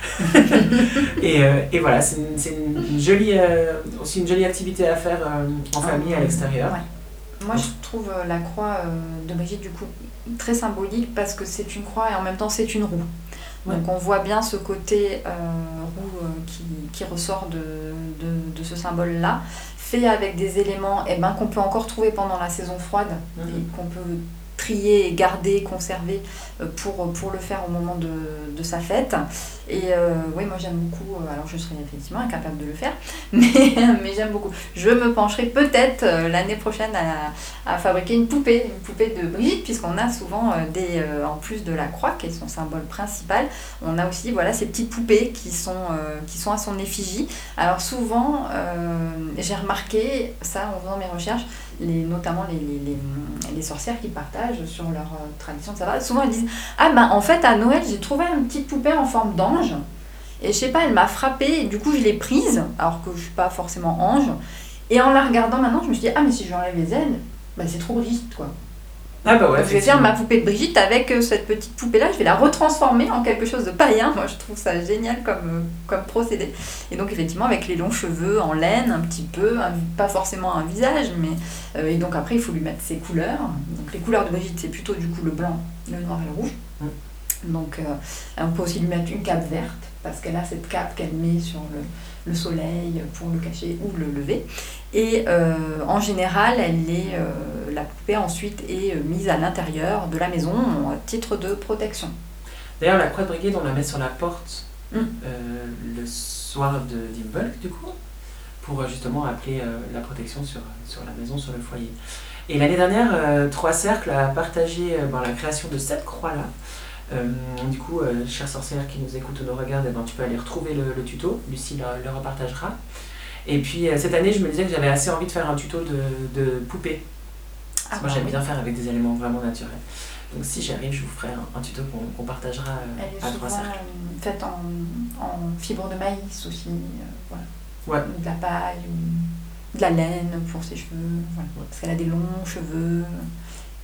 et, euh, et voilà, c'est, une, c'est une jolie, euh, aussi une jolie activité à faire euh, en famille, à l'extérieur. Ouais. Moi, je trouve euh, la croix euh, de Brigitte, du coup, très symbolique, parce que c'est une croix et en même temps c'est une roue. Ouais. Donc on voit bien ce côté euh, roue euh, qui, qui ressort de, de, de ce symbole-là, fait avec des éléments eh ben, qu'on peut encore trouver pendant la saison froide, mmh. et qu'on peut trier, garder, conserver pour, pour le faire au moment de, de sa fête. Et euh, oui, moi j'aime beaucoup, alors je serais effectivement incapable de le faire, mais, mais j'aime beaucoup. Je me pencherai peut-être euh, l'année prochaine à, à fabriquer une poupée, une poupée de Brigitte, puisqu'on a souvent euh, des, euh, en plus de la croix, qui est son symbole principal, on a aussi voilà, ces petites poupées qui sont, euh, qui sont à son effigie. Alors souvent, euh, j'ai remarqué ça en faisant mes recherches, les, notamment les, les, les, les sorcières qui partagent sur leur euh, tradition de savoir. Souvent elles disent « Ah ben en fait à Noël j'ai trouvé une petite poupée en forme d'ange et je sais pas, elle m'a frappée et du coup je l'ai prise alors que je suis pas forcément ange et en la regardant maintenant je me suis dit « Ah mais si je lui enlève les ailes, ben, c'est trop Brigitte quoi ». Ah bah ouais, donc, je vais faire ma poupée de Brigitte avec euh, cette petite poupée là, je vais la retransformer en quelque chose de païen. Moi je trouve ça génial comme, euh, comme procédé. Et donc effectivement avec les longs cheveux en laine un petit peu, un, pas forcément un visage, mais euh, et donc après il faut lui mettre ses couleurs. Donc les couleurs de Brigitte c'est plutôt du coup le blanc, le noir et le rouge. Mmh. Donc euh, on peut aussi lui mettre une cape verte parce qu'elle a cette cape qu'elle met sur le, le soleil pour le cacher ou le lever. Et euh, en général, elle est, euh, la poupée ensuite est mise à l'intérieur de la maison à titre de protection. D'ailleurs, la croix de Brigid, on la met sur la porte mmh. euh, le soir de d'Imbolc, du coup, pour justement appeler euh, la protection sur, sur la maison, sur le foyer. Et l'année dernière, euh, Trois Cercles a partagé euh, ben, la création de cette croix-là. Euh, du coup, euh, chère sorcière qui nous écoute ou nous regarde, eh ben, tu peux aller retrouver le, le tuto, Lucie le, le repartagera. Et puis euh, cette année, je me disais que j'avais assez envie de faire un tuto de, de poupée. Ah, moi, bah, j'aime oui. bien faire avec des éléments vraiment naturels. Donc si j'y arrive, je vous ferai un, un tuto qu'on, qu'on partagera euh, Elle est à Trois Cercles. Euh, faite en, en fibre de maïs aussi, euh, voilà. Ouais. Ou de la paille, ou de la laine pour ses cheveux, voilà. Parce qu'elle a des longs cheveux.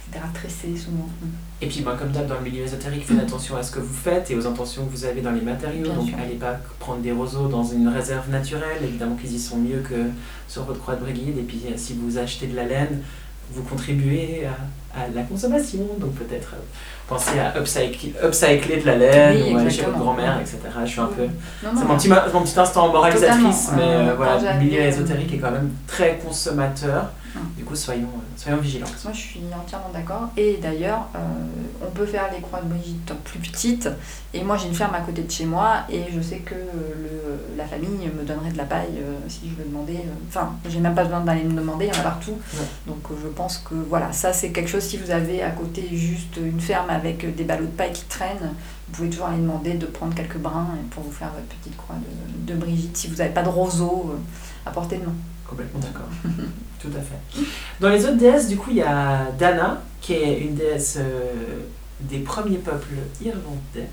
cetera, tressée souvent. Et puis, ben, comme d'hab, dans le milieu ésotérique, faites attention à ce que vous faites et aux intentions que vous avez dans les matériaux. Bien Donc, sûr. allez pas prendre des roseaux dans une réserve naturelle. Évidemment qu'ils y sont mieux que sur votre croix de Brigide. Et puis, euh, si vous achetez de la laine, vous contribuez à, à la consommation. Donc, peut-être euh, pensez à upcycler, upcycler de la laine Oui, ou aller chez votre exactement. grand-mère, et cetera. Je suis un peu... Non, C'est non, mon petit, ma- mon petit instant moralisatrice, Totalement. mais euh, Euh, voilà, quand le milieu j'avais, euh, ésotérique est quand même très consommateur. Hum. Du coup, soyons, euh, soyons vigilants. Moi, je suis entièrement d'accord. Et d'ailleurs, euh, on peut faire les croix de Brigitte plus petites. Et moi, j'ai une ferme à côté de chez moi. Et je sais que le, la famille me donnerait de la paille euh, si je le demandais. Enfin, euh, j'ai même pas besoin d'aller me demander, il y en a partout. Ouais. Donc, euh, je pense que voilà, ça, c'est quelque chose. Si vous avez à côté juste une ferme avec euh, des ballots de paille qui traînent, vous pouvez toujours aller demander de prendre quelques brins pour vous faire votre petite croix de, de Brigitte. Si vous n'avez pas de roseau euh, à portée de main. Complètement d'accord. Tout à fait. Dans les autres déesses, du coup, il y a Dana, qui est une déesse euh, des premiers peuples irlandais.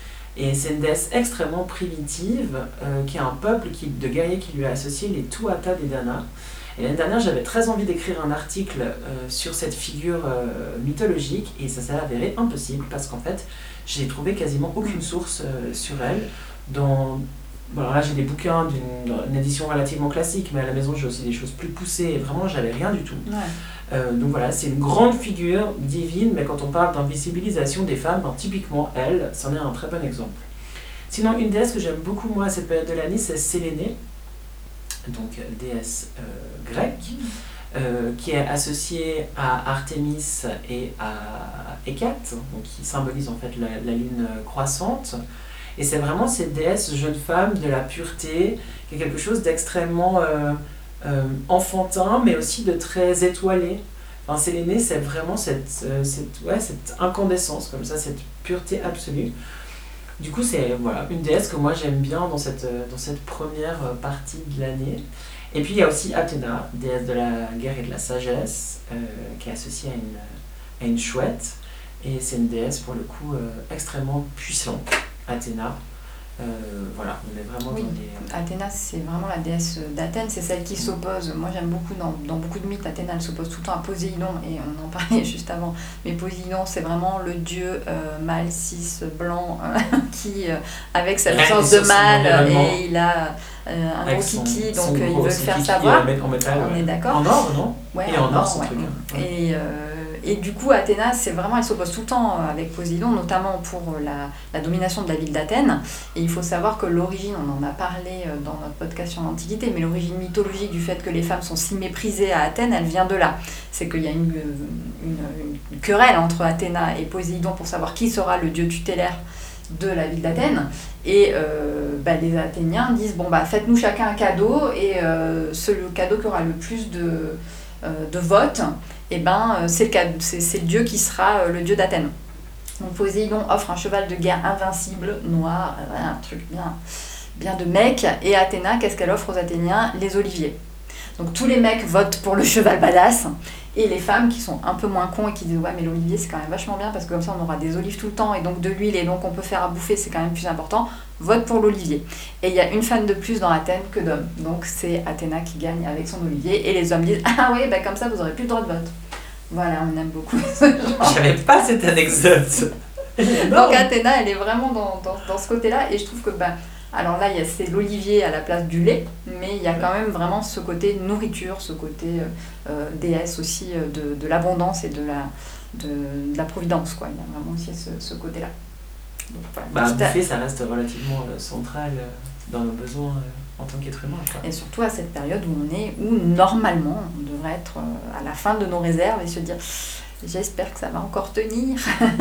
Et c'est une déesse extrêmement primitive, euh, qui est un peuple qui, de guerriers qui lui a associé les Tuatha Dé Danann. Et l'année dernière, j'avais très envie d'écrire un article euh, sur cette figure euh, mythologique, et ça s'est avéré impossible, parce qu'en fait, j'ai trouvé quasiment aucune source euh, sur elle. Dans... Bon, alors là, j'ai des bouquins d'une édition relativement classique, mais à la maison, j'ai aussi des choses plus poussées, et vraiment, j'avais rien du tout. Ouais. Euh, donc voilà, c'est une grande figure divine, mais quand on parle d'invisibilisation des femmes, ben, typiquement, elle, c'en est un très bon exemple. Sinon, une déesse que j'aime beaucoup, moi, à cette période de l'année, c'est Sélénée, donc déesse euh, grecque, euh, qui est associée à Artémis et à Hécate, donc qui symbolise en fait la, la lune croissante. Et c'est vraiment cette déesse jeune femme de la pureté, qui est quelque chose d'extrêmement euh, euh, enfantin, mais aussi de très étoilé. Enfin, Sélénée, c'est vraiment cette, euh, cette, ouais, cette incandescence, comme ça, cette pureté absolue. Du coup, c'est voilà, une déesse que moi j'aime bien dans cette, dans cette première partie de l'année. Et puis il y a aussi Athéna, déesse de la guerre et de la sagesse, euh, qui est associée à une, à une chouette. Et c'est une déesse pour le coup euh, extrêmement puissante. Athéna, euh, voilà, on est vraiment Oui. dans les... Athéna, c'est vraiment la déesse d'Athènes, c'est celle qui s'oppose. Moi, j'aime beaucoup, dans, dans beaucoup de mythes, Athéna, elle s'oppose tout le temps à Poséidon, et on en parlait juste avant. Mais Poséidon, c'est vraiment le dieu euh, mâle, cis, blanc, euh, qui, euh, avec sa Ouais, puissance sur de son mâle, environnement. et il a euh, un Avec gros son- kiki, son donc euh, il gros- veut le son faire kiki savoir. En, mé- en métal, On ouais. est d'accord. En or, non? Ouais, Et en or, ce ouais. truc. Hein. Ouais. Et, euh, et du coup, Athéna, c'est vraiment, elle s'oppose tout le temps avec Poséidon, notamment pour la, la domination de la ville d'Athènes. Et il faut savoir que l'origine, on en a parlé dans notre podcast sur l'Antiquité, mais l'origine mythologique du fait que les femmes sont si méprisées à Athènes, elle vient de là. C'est qu'il y a une, une, une querelle entre Athéna et Poséidon pour savoir qui sera le dieu tutélaire de la ville d'Athènes. Et euh, bah, les Athéniens disent, bon, bah, faites-nous chacun un cadeau, et euh, ce, le cadeau qui aura le plus de, euh, de votes, et ben, c'est, le cadeau, c'est, c'est le dieu qui sera euh, le dieu d'Athènes. Donc Poséidon offre un cheval de guerre invincible, noir, euh, un truc bien, bien de mec, et Athéna, qu'est-ce qu'elle offre aux Athéniens? Les oliviers. Donc tous les mecs votent pour le cheval badass, et les femmes qui sont un peu moins cons et qui disent ouais mais l'olivier c'est quand même vachement bien parce que comme ça on aura des olives tout le temps et donc de l'huile et donc on peut faire à bouffer, c'est quand même plus important, vote pour l'olivier. Et il y a une femme de plus dans Athènes que d'hommes, donc c'est Athéna qui gagne avec son olivier et les hommes disent ah oui bah comme ça vous aurez plus le droit de vote. Voilà, on aime beaucoup ce genre. Je savais pas cette anecdote. Donc Athéna elle est vraiment dans, dans, dans ce côté là et je trouve que bah, alors là, il y a, c'est l'olivier à la place du lait, mais il y a quand même vraiment ce côté nourriture, ce côté euh, déesse aussi euh, de, de l'abondance et de la, de, de la providence, quoi. Il y a vraiment aussi ce, ce côté-là. Donc, voilà. Bah, Quitte à- bouffer, ça reste relativement euh, central euh, dans nos besoins euh, en tant qu'être humain. Quoi. Et surtout à cette période où on est, où normalement on devrait être euh, à la fin de nos réserves et se dire j'espère que ça va encore tenir.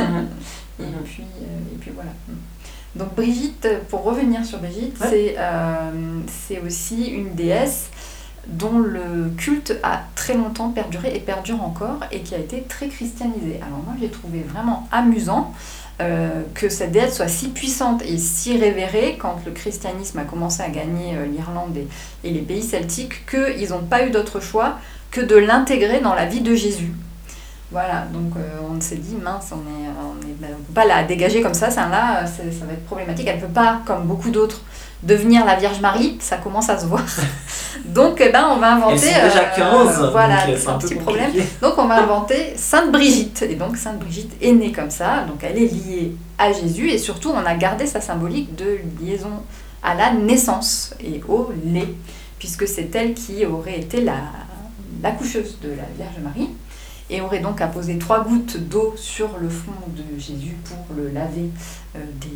et, Mhm. puis, euh, et puis voilà. Donc Brigitte, pour revenir sur Brigitte, Ouais. c'est, euh, c'est aussi une déesse dont le culte a très longtemps perduré et perdure encore et qui a été très christianisé. Alors moi j'ai trouvé vraiment amusant euh, que cette déesse soit si puissante et si révérée quand le christianisme a commencé à gagner euh, l'Irlande et, et les pays celtiques qu'ils n'ont pas eu d'autre choix que de l'intégrer dans la vie de Jésus. Voilà, donc euh, on s'est dit, mince, on est, on est, ben, on peut pas la dégager comme ça, ça, là, c'est, ça va être problématique. Elle peut pas, comme beaucoup d'autres, devenir la Vierge Marie, ça commence à se voir. Donc, eh ben, on va inventer... Elles sont déjà quinze, euh, voilà, donc c'est un, un petit peu problème. compliqué. Donc, on va inventer Sainte Brigitte. Et donc, Sainte Brigitte est née comme ça, donc elle est liée à Jésus, et surtout, on a gardé sa symbolique de liaison à la naissance et au lait, puisque c'est elle qui aurait été la, l'accoucheuse de la Vierge Marie, et aurait donc apposé trois gouttes d'eau sur le front de Jésus pour le laver euh, des,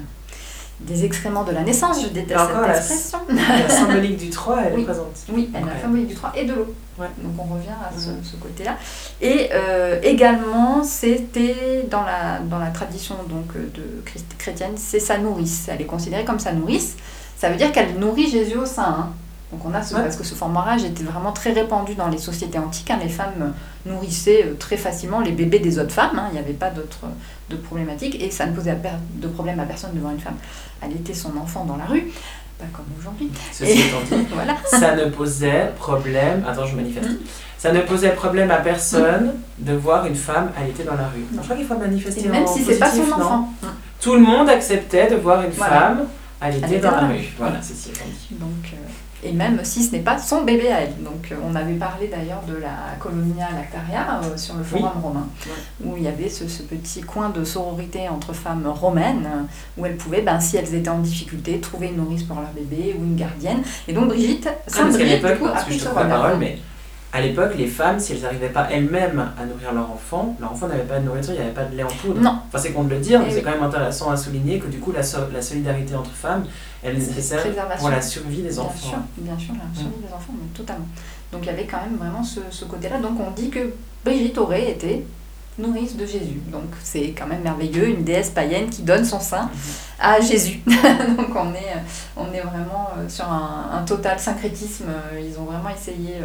euh, des excréments de la naissance. Je déteste Encore cette la- expression. La symbolique du trois, elle Oui. est présente. Oui, elle a Ok. la symbolique du trois et de l'eau. Ouais. Donc on revient à ce, Mhm. ce côté-là. Et euh, également, c'était dans la, dans la tradition donc, de christ- chrétienne, c'est sa nourrice. Elle est considérée comme sa nourrice. Ça veut dire qu'elle nourrit Jésus au sein. Hein. Donc on a ce, Ouais. parce que ce formarage était vraiment très répandu dans les sociétés antiques. Hein. Les femmes nourrissaient euh, très facilement les bébés des autres femmes. Hein. Il n'y avait pas d'autres de problématiques et ça ne posait à per- de problème à personne de voir une femme allaiter son enfant dans la rue, pas comme aujourd'hui. Ceci Et- étant dit, Voilà. ça ne posait problème... Attends, je manifeste. Mm. Ça ne posait problème à personne de voir une femme allaiter dans la rue. Je crois qu'il faut manifester Et même en si c'est pas son positif, non enfant. Tout le monde acceptait de voir une Voilà. femme allaiter Allaiter dans dans la la rue. rue. Voilà, ceci étant dit. Donc, euh, et même si ce n'est pas son bébé à elle. Donc, euh, on avait parlé d'ailleurs de la Colonia Lactaria euh, sur le forum Oui. romain, Ouais. où il y avait ce, ce petit coin de sororité entre femmes romaines, euh, où elles pouvaient, ben, si elles étaient en difficulté, trouver une nourrice pour leur bébé ou une gardienne. Et donc, Brigitte, Ah, Sainte parce qu'à Brigitte, du l'époque, coup, a parce que pris je te ce coupe la rôle-là. parole, mais à l'époque, les femmes, si elles n'arrivaient pas elles-mêmes à nourrir leur enfant, leur enfant n'avait pas de nourriture, il n'y avait pas de lait en poudre. Non. Enfin, c'est con de le dire, mais Eh c'est oui. quand même intéressant à souligner que du coup, la, so- la solidarité entre femmes, elle est nécessaire Préservation. pour la survie des Bien enfants. sûr, bien sûr, la survie des enfants, mais totalement. Donc il y avait quand même vraiment ce, ce côté-là. Donc on dit que Brigitte aurait été nourrice de Jésus. Donc c'est quand même merveilleux, une déesse païenne qui donne son sein à Jésus. Donc on est, on est vraiment sur un, un total syncrétisme. Ils ont vraiment essayé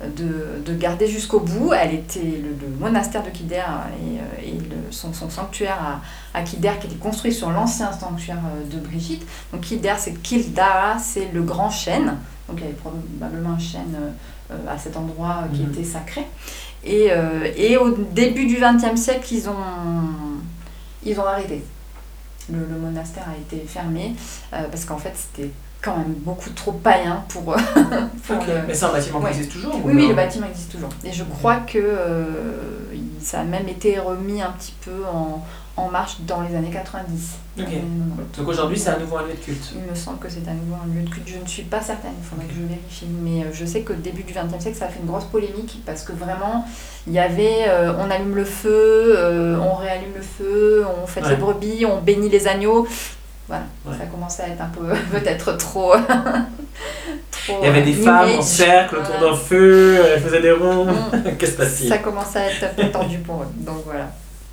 de, de garder jusqu'au bout. Elle était le, le monastère de Kidder et, et le, son, son sanctuaire à, à Kidder qui était construit sur l'ancien sanctuaire de Brigitte. Donc Kidder, c'est Kildare, c'est le grand chêne. Donc il y avait probablement un chêne euh, à cet endroit qui Mhm. était sacré. Et, euh, et au début du vingtième siècle, ils ont, ils ont arrêté. Le, le monastère a été fermé euh, parce qu'en fait, c'était quand même beaucoup trop païen pour, pour Ok. le- Mais c'est un bâtiment Ouais. qui existe toujours ou Oui, oui, non le bâtiment existe toujours. Et je crois que euh, il- ça a même été remis un petit peu en, en marche dans les années quatre-vingt-dix. Ok. Dans les années quatre-vingt-dix. Donc aujourd'hui, c'est à nouveau un lieu de culte. Il me semble que c'est à nouveau un lieu de culte. Je ne suis pas certaine, il faudrait que je vérifie. Mais euh, je sais qu'au début du vingtième siècle, ça a fait une grosse polémique parce que vraiment, il y avait euh, on allume le feu, euh, on réallume le feu, on fête Ouais. les brebis, on bénit les agneaux. Voilà, Ouais. ça commençait à être un peu, peut-être trop. trop Il y avait des euh, femmes new en age. cercle autour Voilà. d'un feu, elles faisaient des ronds. Mm. Qu'est-ce qui se passe-t-il? Ça commençait à être un peu tendu pour eux. Donc voilà.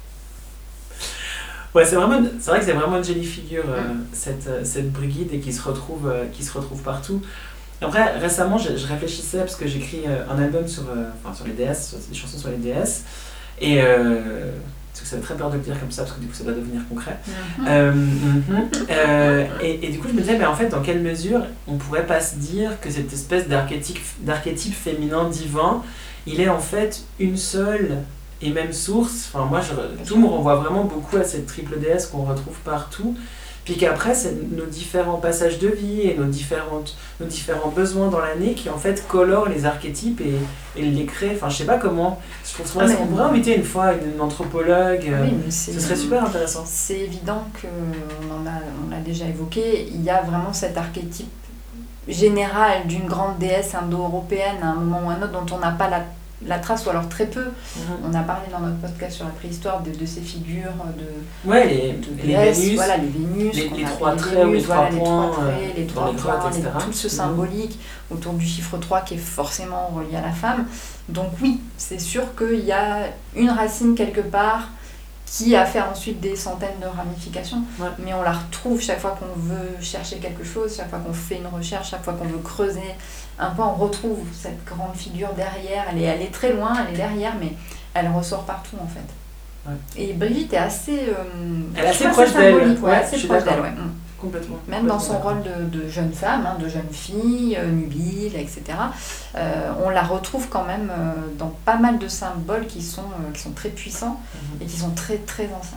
Ouais, c'est vraiment, c'est vrai que c'est vraiment une jolie figure, euh, Mm. cette, euh, cette Brigitte, et qui se retrouve, euh, qui se retrouve partout. Après, récemment, je, je réfléchissais, parce que j'écris euh, un album sur, euh, enfin, sur les déesses, sur des chansons sur les déesses, et euh, parce que ça fait très peur de le dire comme ça, parce que du coup, ça doit devenir concret. Euh, mhm. Euh, et, et du coup, je me disais, mais en fait, dans quelle mesure on pourrait pas se dire que cette espèce d'archétype, d'archétype féminin divin, il est en fait une seule et même source. Enfin, moi, je, tout me renvoie vraiment beaucoup à cette triple déesse qu'on retrouve partout. Puis qu'après, c'est nos différents passages de vie et nos, différentes, nos différents besoins dans l'année qui en fait colorent les archétypes et, et les créent. Enfin, je sais pas comment. Je trouve Ah, mais- qu'on pourrait inviter une fois une, une anthropologue. euh, Oui, mais c'est- ce serait super intéressant. C'est évident qu'on en a, on l'a déjà évoqué, il y a vraiment cet archétype général d'une grande déesse indo-européenne à un moment ou à un autre dont on n'a pas la, la trace, ou alors très peu. On a parlé dans notre podcast sur la préhistoire de, de ces figures de, Ouais, les, de les déesses, Vénus. voilà, les Vénus, les- qu'on les appelle trois les traits ou les Vénus, trois voilà, les points, trois traits, euh, les dans trois les grottes, points, les- et cetera. tout ce Mhm. symbolique autour du chiffre trois qui est forcément relié à la femme. Donc oui, c'est sûr qu'il y a une racine quelque part qui a fait ensuite des centaines de ramifications, Ouais. mais on la retrouve chaque fois qu'on veut chercher quelque chose, chaque fois qu'on fait une recherche, chaque fois qu'on veut creuser un peu, on retrouve cette grande figure derrière. Elle est, elle est très loin, elle est derrière, mais elle ressort partout en fait. Ouais. Et Brigitte est assez, euh, Elle est je trouve assez proche d'elle. symbolique, ouais, Ouais, assez je suis proche d'accord. d'elle, ouais. Mm. Complètement. Même dans son Complètement. rôle de, de jeune femme, hein, de jeune fille, euh, nubile, et cetera. Euh, on la retrouve quand même euh, dans pas mal de symboles qui sont, euh, qui sont très puissants Mhm. et qui sont très très anciens.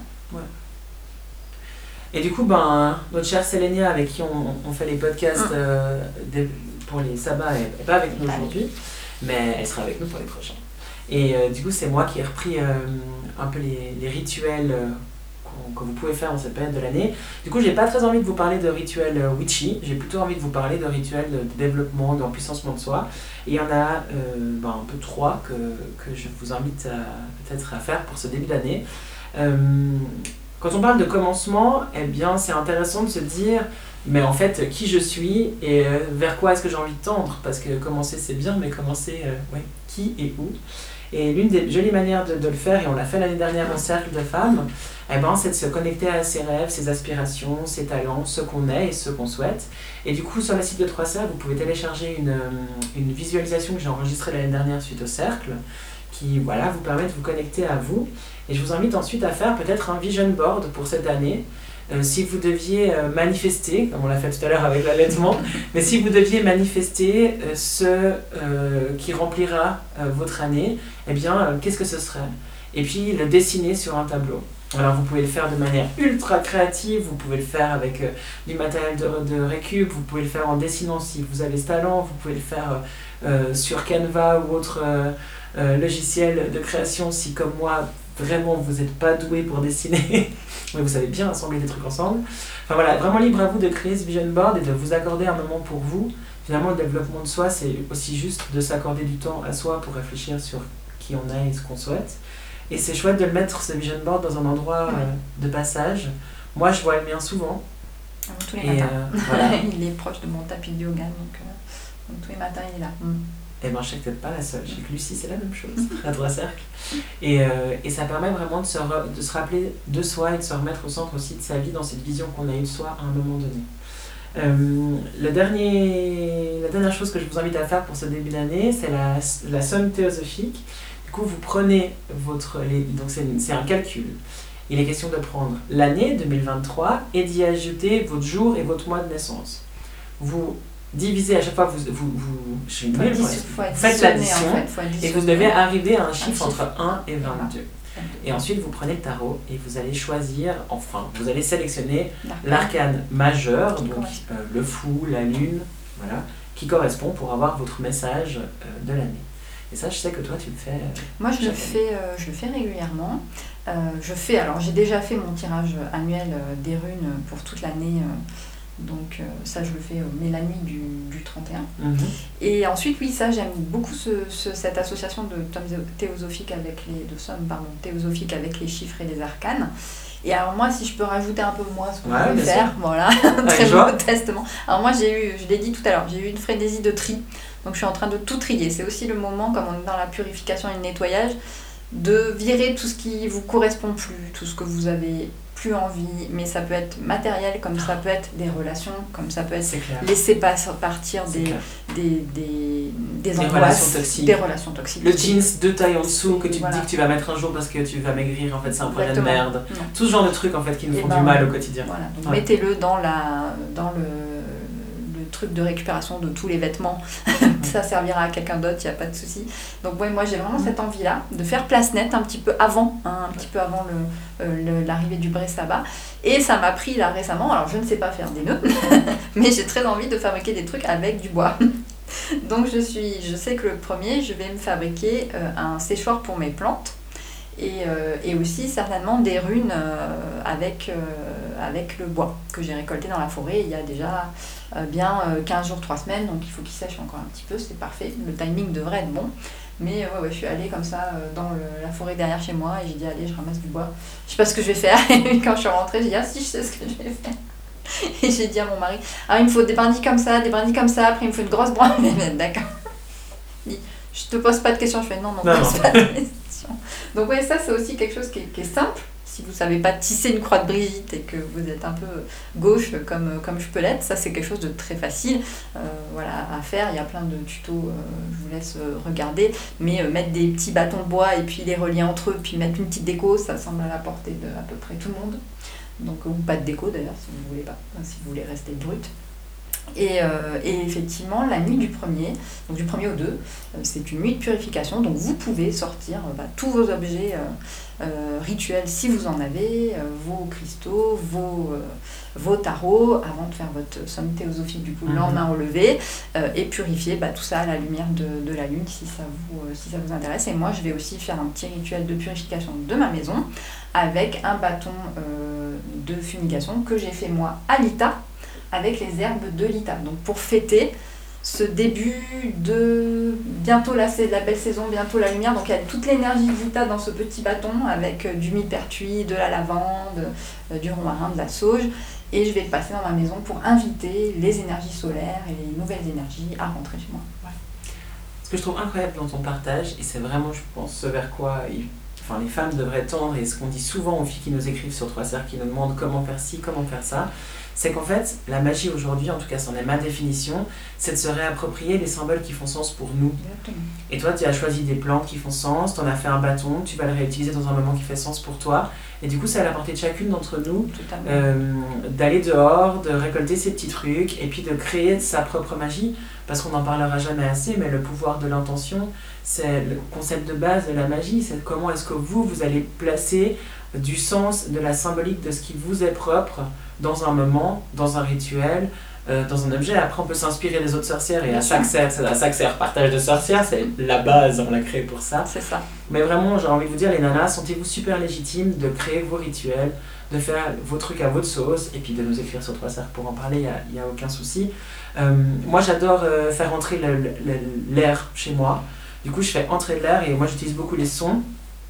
Et du coup, ben, notre chère Sélénia, avec qui on, on fait les podcasts Mm. euh, des- pour les sabbats, elle n'est pas avec nous Pas aujourd'hui, mais elle sera avec nous pour les prochains. Et euh, du coup, c'est moi qui ai repris euh, un peu les, les rituels euh, qu'on- que vous pouvez faire dans cette période de l'année. Du coup, j'ai pas très envie de vous parler de rituels euh, witchy, j'ai plutôt envie de vous parler de rituels de développement, d'empuissancement de soi. Et il y en a euh, ben, un peu trois que, que je vous invite à, peut-être à faire pour ce début d'année. Euh, Quand on parle de commencement, eh bien, c'est intéressant de se dire, mais en fait, qui je suis et euh, vers quoi est-ce que j'ai envie de tendre? Parce que commencer, c'est bien, mais commencer, euh, ouais, qui et où? Et l'une des jolies manières de, de le faire, et on l'a fait l'année dernière en cercle de femmes, eh ben, c'est de se connecter à ses rêves, ses aspirations, ses talents, ce qu'on est et ce qu'on souhaite. Et du coup, sur le site de Trois Cercles, vous pouvez télécharger une, euh, une visualisation que j'ai enregistrée l'année dernière suite au cercle, qui voilà, vous permet de vous connecter à vous. Et je vous invite ensuite à faire peut-être un vision board pour cette année. Euh, si vous deviez euh, manifester, comme on l'a fait tout à l'heure avec l'allaitement, mais si vous deviez manifester euh, ce euh, qui remplira euh, votre année, eh bien, euh, qu'est-ce que ce serait? Et puis le dessiner sur un tableau. Alors vous pouvez le faire de manière ultra créative, vous pouvez le faire avec euh, du matériel de, de récup, vous pouvez le faire en dessinant si vous avez ce talent, vous pouvez le faire euh, euh, sur Canva ou autre euh, euh, logiciel de création si comme moi, vraiment vous n'êtes pas doué pour dessiner, mais vous savez bien assembler des trucs ensemble. Enfin voilà, vraiment libre à vous de créer ce vision board et de vous accorder un moment pour vous. Finalement, le développement de soi, c'est aussi juste de s'accorder du temps à soi pour réfléchir sur qui on est et ce qu'on souhaite. Et c'est chouette de le mettre, ce vision board, dans un endroit euh, de passage. Moi, je vois le mien souvent. Ah, tous les Et matins. euh, voilà. Il est proche de mon tapis de yoga, donc, euh, donc tous les matins il est là. Mm. Et ben, je sais que t'es pas la seule. Je sais que Lucie, c'est la même chose, à Trois Cercles. Et, euh, et ça permet vraiment de se, re- de se rappeler de soi et de se remettre au centre aussi de sa vie dans cette vision qu'on a eue de soi à un moment donné. Euh, le dernier, la dernière chose que je vous invite à faire pour ce début d'année, c'est la, la somme théosophique. Du coup, vous prenez votre... Les, donc, c'est, c'est un calcul. Il est question de prendre l'année deux mille vingt-trois et d'y ajouter votre jour et votre mois de naissance. Vous divisez à chaque fois, vous, vous, vous, je suis Faut nulle, addition- vous faut faites additionner, l'addition en fait, faut et vous additionner. devez arriver à un chiffre chiffre. entre un et vingt-deux. Et ensuite, vous prenez le tarot et vous allez choisir, enfin, vous allez sélectionner l'arcane majeur, Qui donc correspond. euh, le fou, la lune, voilà, qui correspond pour avoir votre message euh, de l'année. Et ça, je sais que toi, tu le fais. euh, Moi, je le, chaque fais, euh, je le fais régulièrement. Euh, je fais, alors j'ai déjà fait mon tirage annuel euh, des runes pour toute l'année. euh, donc euh, ça, je le fais, euh, mais la nuit du, du trente et un. Mhm. Et ensuite, oui, ça, j'aime beaucoup ce, ce- cette association de tomes théosophiques avec les, de sommes pardon, théosophiques avec les chiffres et les arcanes. Et alors moi, si je peux rajouter un peu moi ce que Ouais, je vais bien faire, sûr. voilà, Avec très joie. modestement. Alors moi, j'ai eu, je l'ai dit tout à l'heure, j'ai eu une frénésie de tri. Donc je suis en train de tout trier. C'est aussi le moment, comme on est dans la purification et le nettoyage, de virer tout ce qui vous correspond plus, tout ce que vous avez plus envie. Mais ça peut être matériel, comme ça peut être des relations, comme ça peut être C'est clair. laisser pas partir C'est des, clair. des, des, des Des angoisses, relations toxiques. des relations toxiques. Le jeans deux tailles en dessous que tu te Voilà. dis que tu vas mettre un jour parce que tu vas maigrir, en fait, c'est un projet de Exactement. merde. Non. Tout ce genre de trucs, en fait, qui nous Et font ben, du mal au quotidien. Voilà, donc Ouais. mettez-le dans, la, dans le, le truc de récupération de tous les vêtements. Ça servira à quelqu'un d'autre, il n'y a pas de souci. Donc ouais, moi j'ai vraiment cette envie-là de faire place nette un petit peu avant, hein, un petit peu avant le, euh, le- l'arrivée du Bré Sabbat. Et ça m'a pris là récemment, alors je ne sais pas faire des nœuds, mais j'ai très envie de fabriquer des trucs avec du bois. Donc je, suis, je sais que le premier, je vais me fabriquer euh, un séchoir pour mes plantes. Et, euh, et aussi certainement des runes euh, avec, euh, avec le bois que j'ai récolté dans la forêt il y a déjà euh, bien euh, quinze jours, trois semaines, donc il faut qu'il sèche encore un petit peu, c'est parfait, le timing devrait être bon. Mais euh, ouais, ouais, je suis allée comme ça euh, dans le- la forêt derrière chez moi et j'ai dit allez, je ramasse du bois, je sais pas ce que je vais faire. Et quand je suis rentrée, j'ai dit ah si, je sais ce que je vais faire. Et j'ai dit à mon mari, ah il me faut des brindilles comme ça, des brindilles comme ça, après il me faut une grosse branche. D'accord. Il dit, je te pose pas de questions, je fais non, non, Non, pose non. pas de questions. Donc ouais, ça c'est aussi quelque chose qui est, qui est simple, si vous ne savez pas tisser une croix de Brigitte et que vous êtes un peu gauche comme, comme je peux l'être, ça c'est quelque chose de très facile euh, voilà, à faire. Il y a plein de tutos, euh, je vous laisse regarder. Mais euh, mettre des petits bâtons de bois et puis les relier entre eux, puis mettre une petite déco, ça semble à la portée de à peu près tout le monde. Donc, ou pas de déco d'ailleurs, si vous voulez pas, si vous voulez rester brut. Et, euh, et effectivement, la nuit du premier, donc du premier au deux, euh, c'est une nuit de purification. Donc vous pouvez sortir euh, bah, tous vos objets euh, euh, rituels si vous en avez, euh, vos cristaux, vos, euh, vos tarots, avant de faire votre somme théosophique du coup le lendemain au lever, euh, et purifier bah, tout ça à la lumière de, de la lune si ça, vous, euh, si ça vous intéresse. Et moi, je vais aussi faire un petit rituel de purification de ma maison avec un bâton euh, de fumigation que j'ai fait moi à l'Ita, avec les herbes de l'Ita. Donc pour fêter ce début de... Bientôt là c'est la belle saison, bientôt la lumière, donc il y a toute l'énergie de l'Ita dans ce petit bâton avec euh, du millepertuis, de la lavande, euh, du romarin, de la sauge, et je vais le passer dans ma maison pour inviter les énergies solaires et les nouvelles énergies à rentrer chez moi. Voilà. Ce que je trouve incroyable dans ton partage, et c'est vraiment je pense ce vers quoi il... enfin, les femmes devraient tendre, et ce qu'on dit souvent aux filles qui nous écrivent sur Trois Cercles, qui nous demandent comment faire ci, comment faire ça, c'est qu'en fait, la magie aujourd'hui, en tout cas c'en est ma définition, c'est de se réapproprier les symboles qui font sens pour nous. Exactement. Et toi, tu as choisi des plantes qui font sens, tu en as fait un bâton, tu vas le réutiliser dans un moment qui fait sens pour toi. Et du coup, c'est à la portée de chacune d'entre nous euh, d'aller dehors, de récolter ces petits trucs, et puis de créer sa propre magie, parce qu'on n'en parlera jamais assez, mais le pouvoir de l'intention, c'est le concept de base de la magie, c'est comment est-ce que vous, vous allez placer du sens, de la symbolique de ce qui vous est propre, dans un moment, dans un rituel, euh, dans un objet. Après, on peut s'inspirer des autres sorcières, et à ça que sert, à ça que sert Partage de sorcières, c'est la base, on l'a créé pour ça. C'est ça. Mais vraiment, j'ai envie de vous dire, les nanas, sentez-vous super légitimes de créer vos rituels, de faire vos trucs à votre sauce, et puis de nous écrire sur Trois Cercles pour en parler, il n'y a, y a aucun souci. Euh, moi, j'adore euh, faire entrer le, le, l'air chez moi. Du coup, je fais entrer de l'air, et moi, j'utilise beaucoup les sons.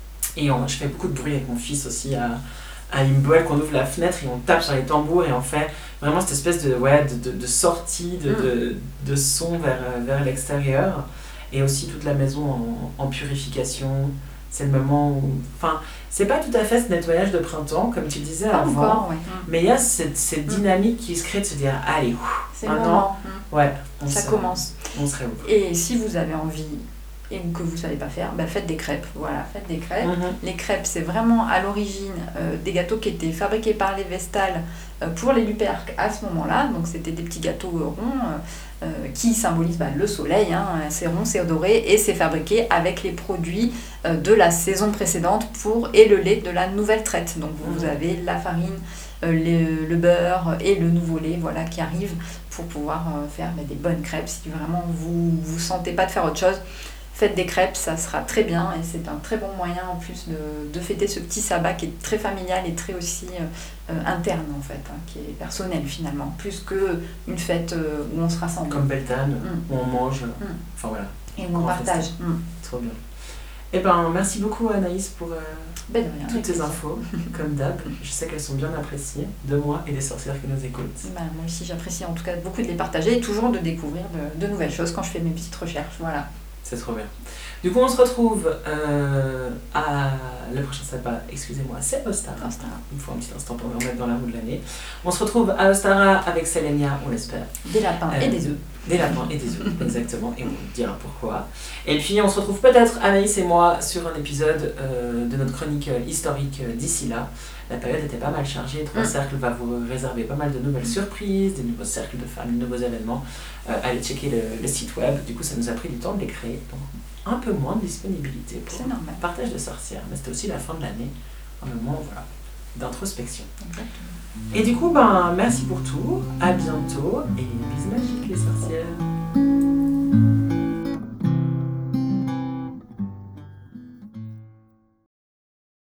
Et on, je fais beaucoup de bruit avec mon fils aussi à... à Imbol, qu'on ouvre la fenêtre et on tape sur les tambours et on fait vraiment cette espèce de, ouais, de, de, de sortie de, de, de son vers, vers l'extérieur, et aussi toute la maison en, en purification. C'est le moment où... Enfin, c'est pas tout à fait ce nettoyage de printemps, comme tu disais pas avant, encore, ouais. mais il y a cette, cette dynamique qui se crée de se dire, allez, c'est le moment. Ouais, on ça se, commence. On se réouvre. Et si vous avez envie et que vous ne savez pas faire, bah faites des crêpes. Voilà, faites des crêpes. Mm-hmm. Les crêpes, c'est vraiment à l'origine euh, des gâteaux qui étaient fabriqués par les Vestales euh, pour les Luperques à ce moment-là. Donc c'était des petits gâteaux euh, ronds euh, qui symbolisent bah, le soleil. Hein. C'est rond, c'est doré et c'est fabriqué avec les produits euh, de la saison précédente pour et le lait de la nouvelle traite. Donc vous, mm-hmm. vous avez la farine, euh, le, le beurre et le nouveau lait, voilà, qui arrivent pour pouvoir euh, faire bah, des bonnes crêpes. Si vraiment vous vous sentez pas de faire autre chose, faites des crêpes, ça sera très bien, et c'est un très bon moyen en plus de, de fêter ce petit sabbat qui est très familial et très aussi euh, interne en fait, hein, qui est personnel finalement, plus qu'une fête euh, où on se rassemble. Comme Beltane, mm. où on mange, mm. enfin voilà. Et où on partage. Mm. Trop bien. Eh ben, merci beaucoup Anaïs pour euh, ben de rien, toutes tes infos, comme d'hab. Je sais qu'elles sont bien appréciées de moi et des sorcières qui nous écoutent. Ben, moi aussi j'apprécie en tout cas beaucoup de les partager et toujours de découvrir de, de nouvelles choses quand je fais mes petites recherches, voilà. C'est trop bien. Du coup, on se retrouve euh, à le prochain sabbat, excusez-moi, c'est Ostara. Ostara. Il faut un petit instant pour me remettre dans la roue de l'année. On se retrouve à Ostara avec Selenia, on l'espère. Des lapins euh, et des œufs. Des lapins et des œufs, exactement, et on vous dira pourquoi. Et puis, on se retrouve peut-être, Anaïs et moi, sur un épisode euh, de notre chronique historique d'ici là. La période était pas mal chargée. Trois mmh. Cercles va vous réserver pas mal de nouvelles surprises, des nouveaux cercles de femmes, de nouveaux événements. Euh, allez checker le, le site web. Du coup, ça nous a pris du temps de les créer. Donc, un peu moins de disponibilité pour le partage de sorcières. Mais c'était aussi la fin de l'année. Un moment, voilà, d'introspection. Exactement. Et du coup, ben, merci pour tout. À bientôt. Et bisous magiques, les sorcières.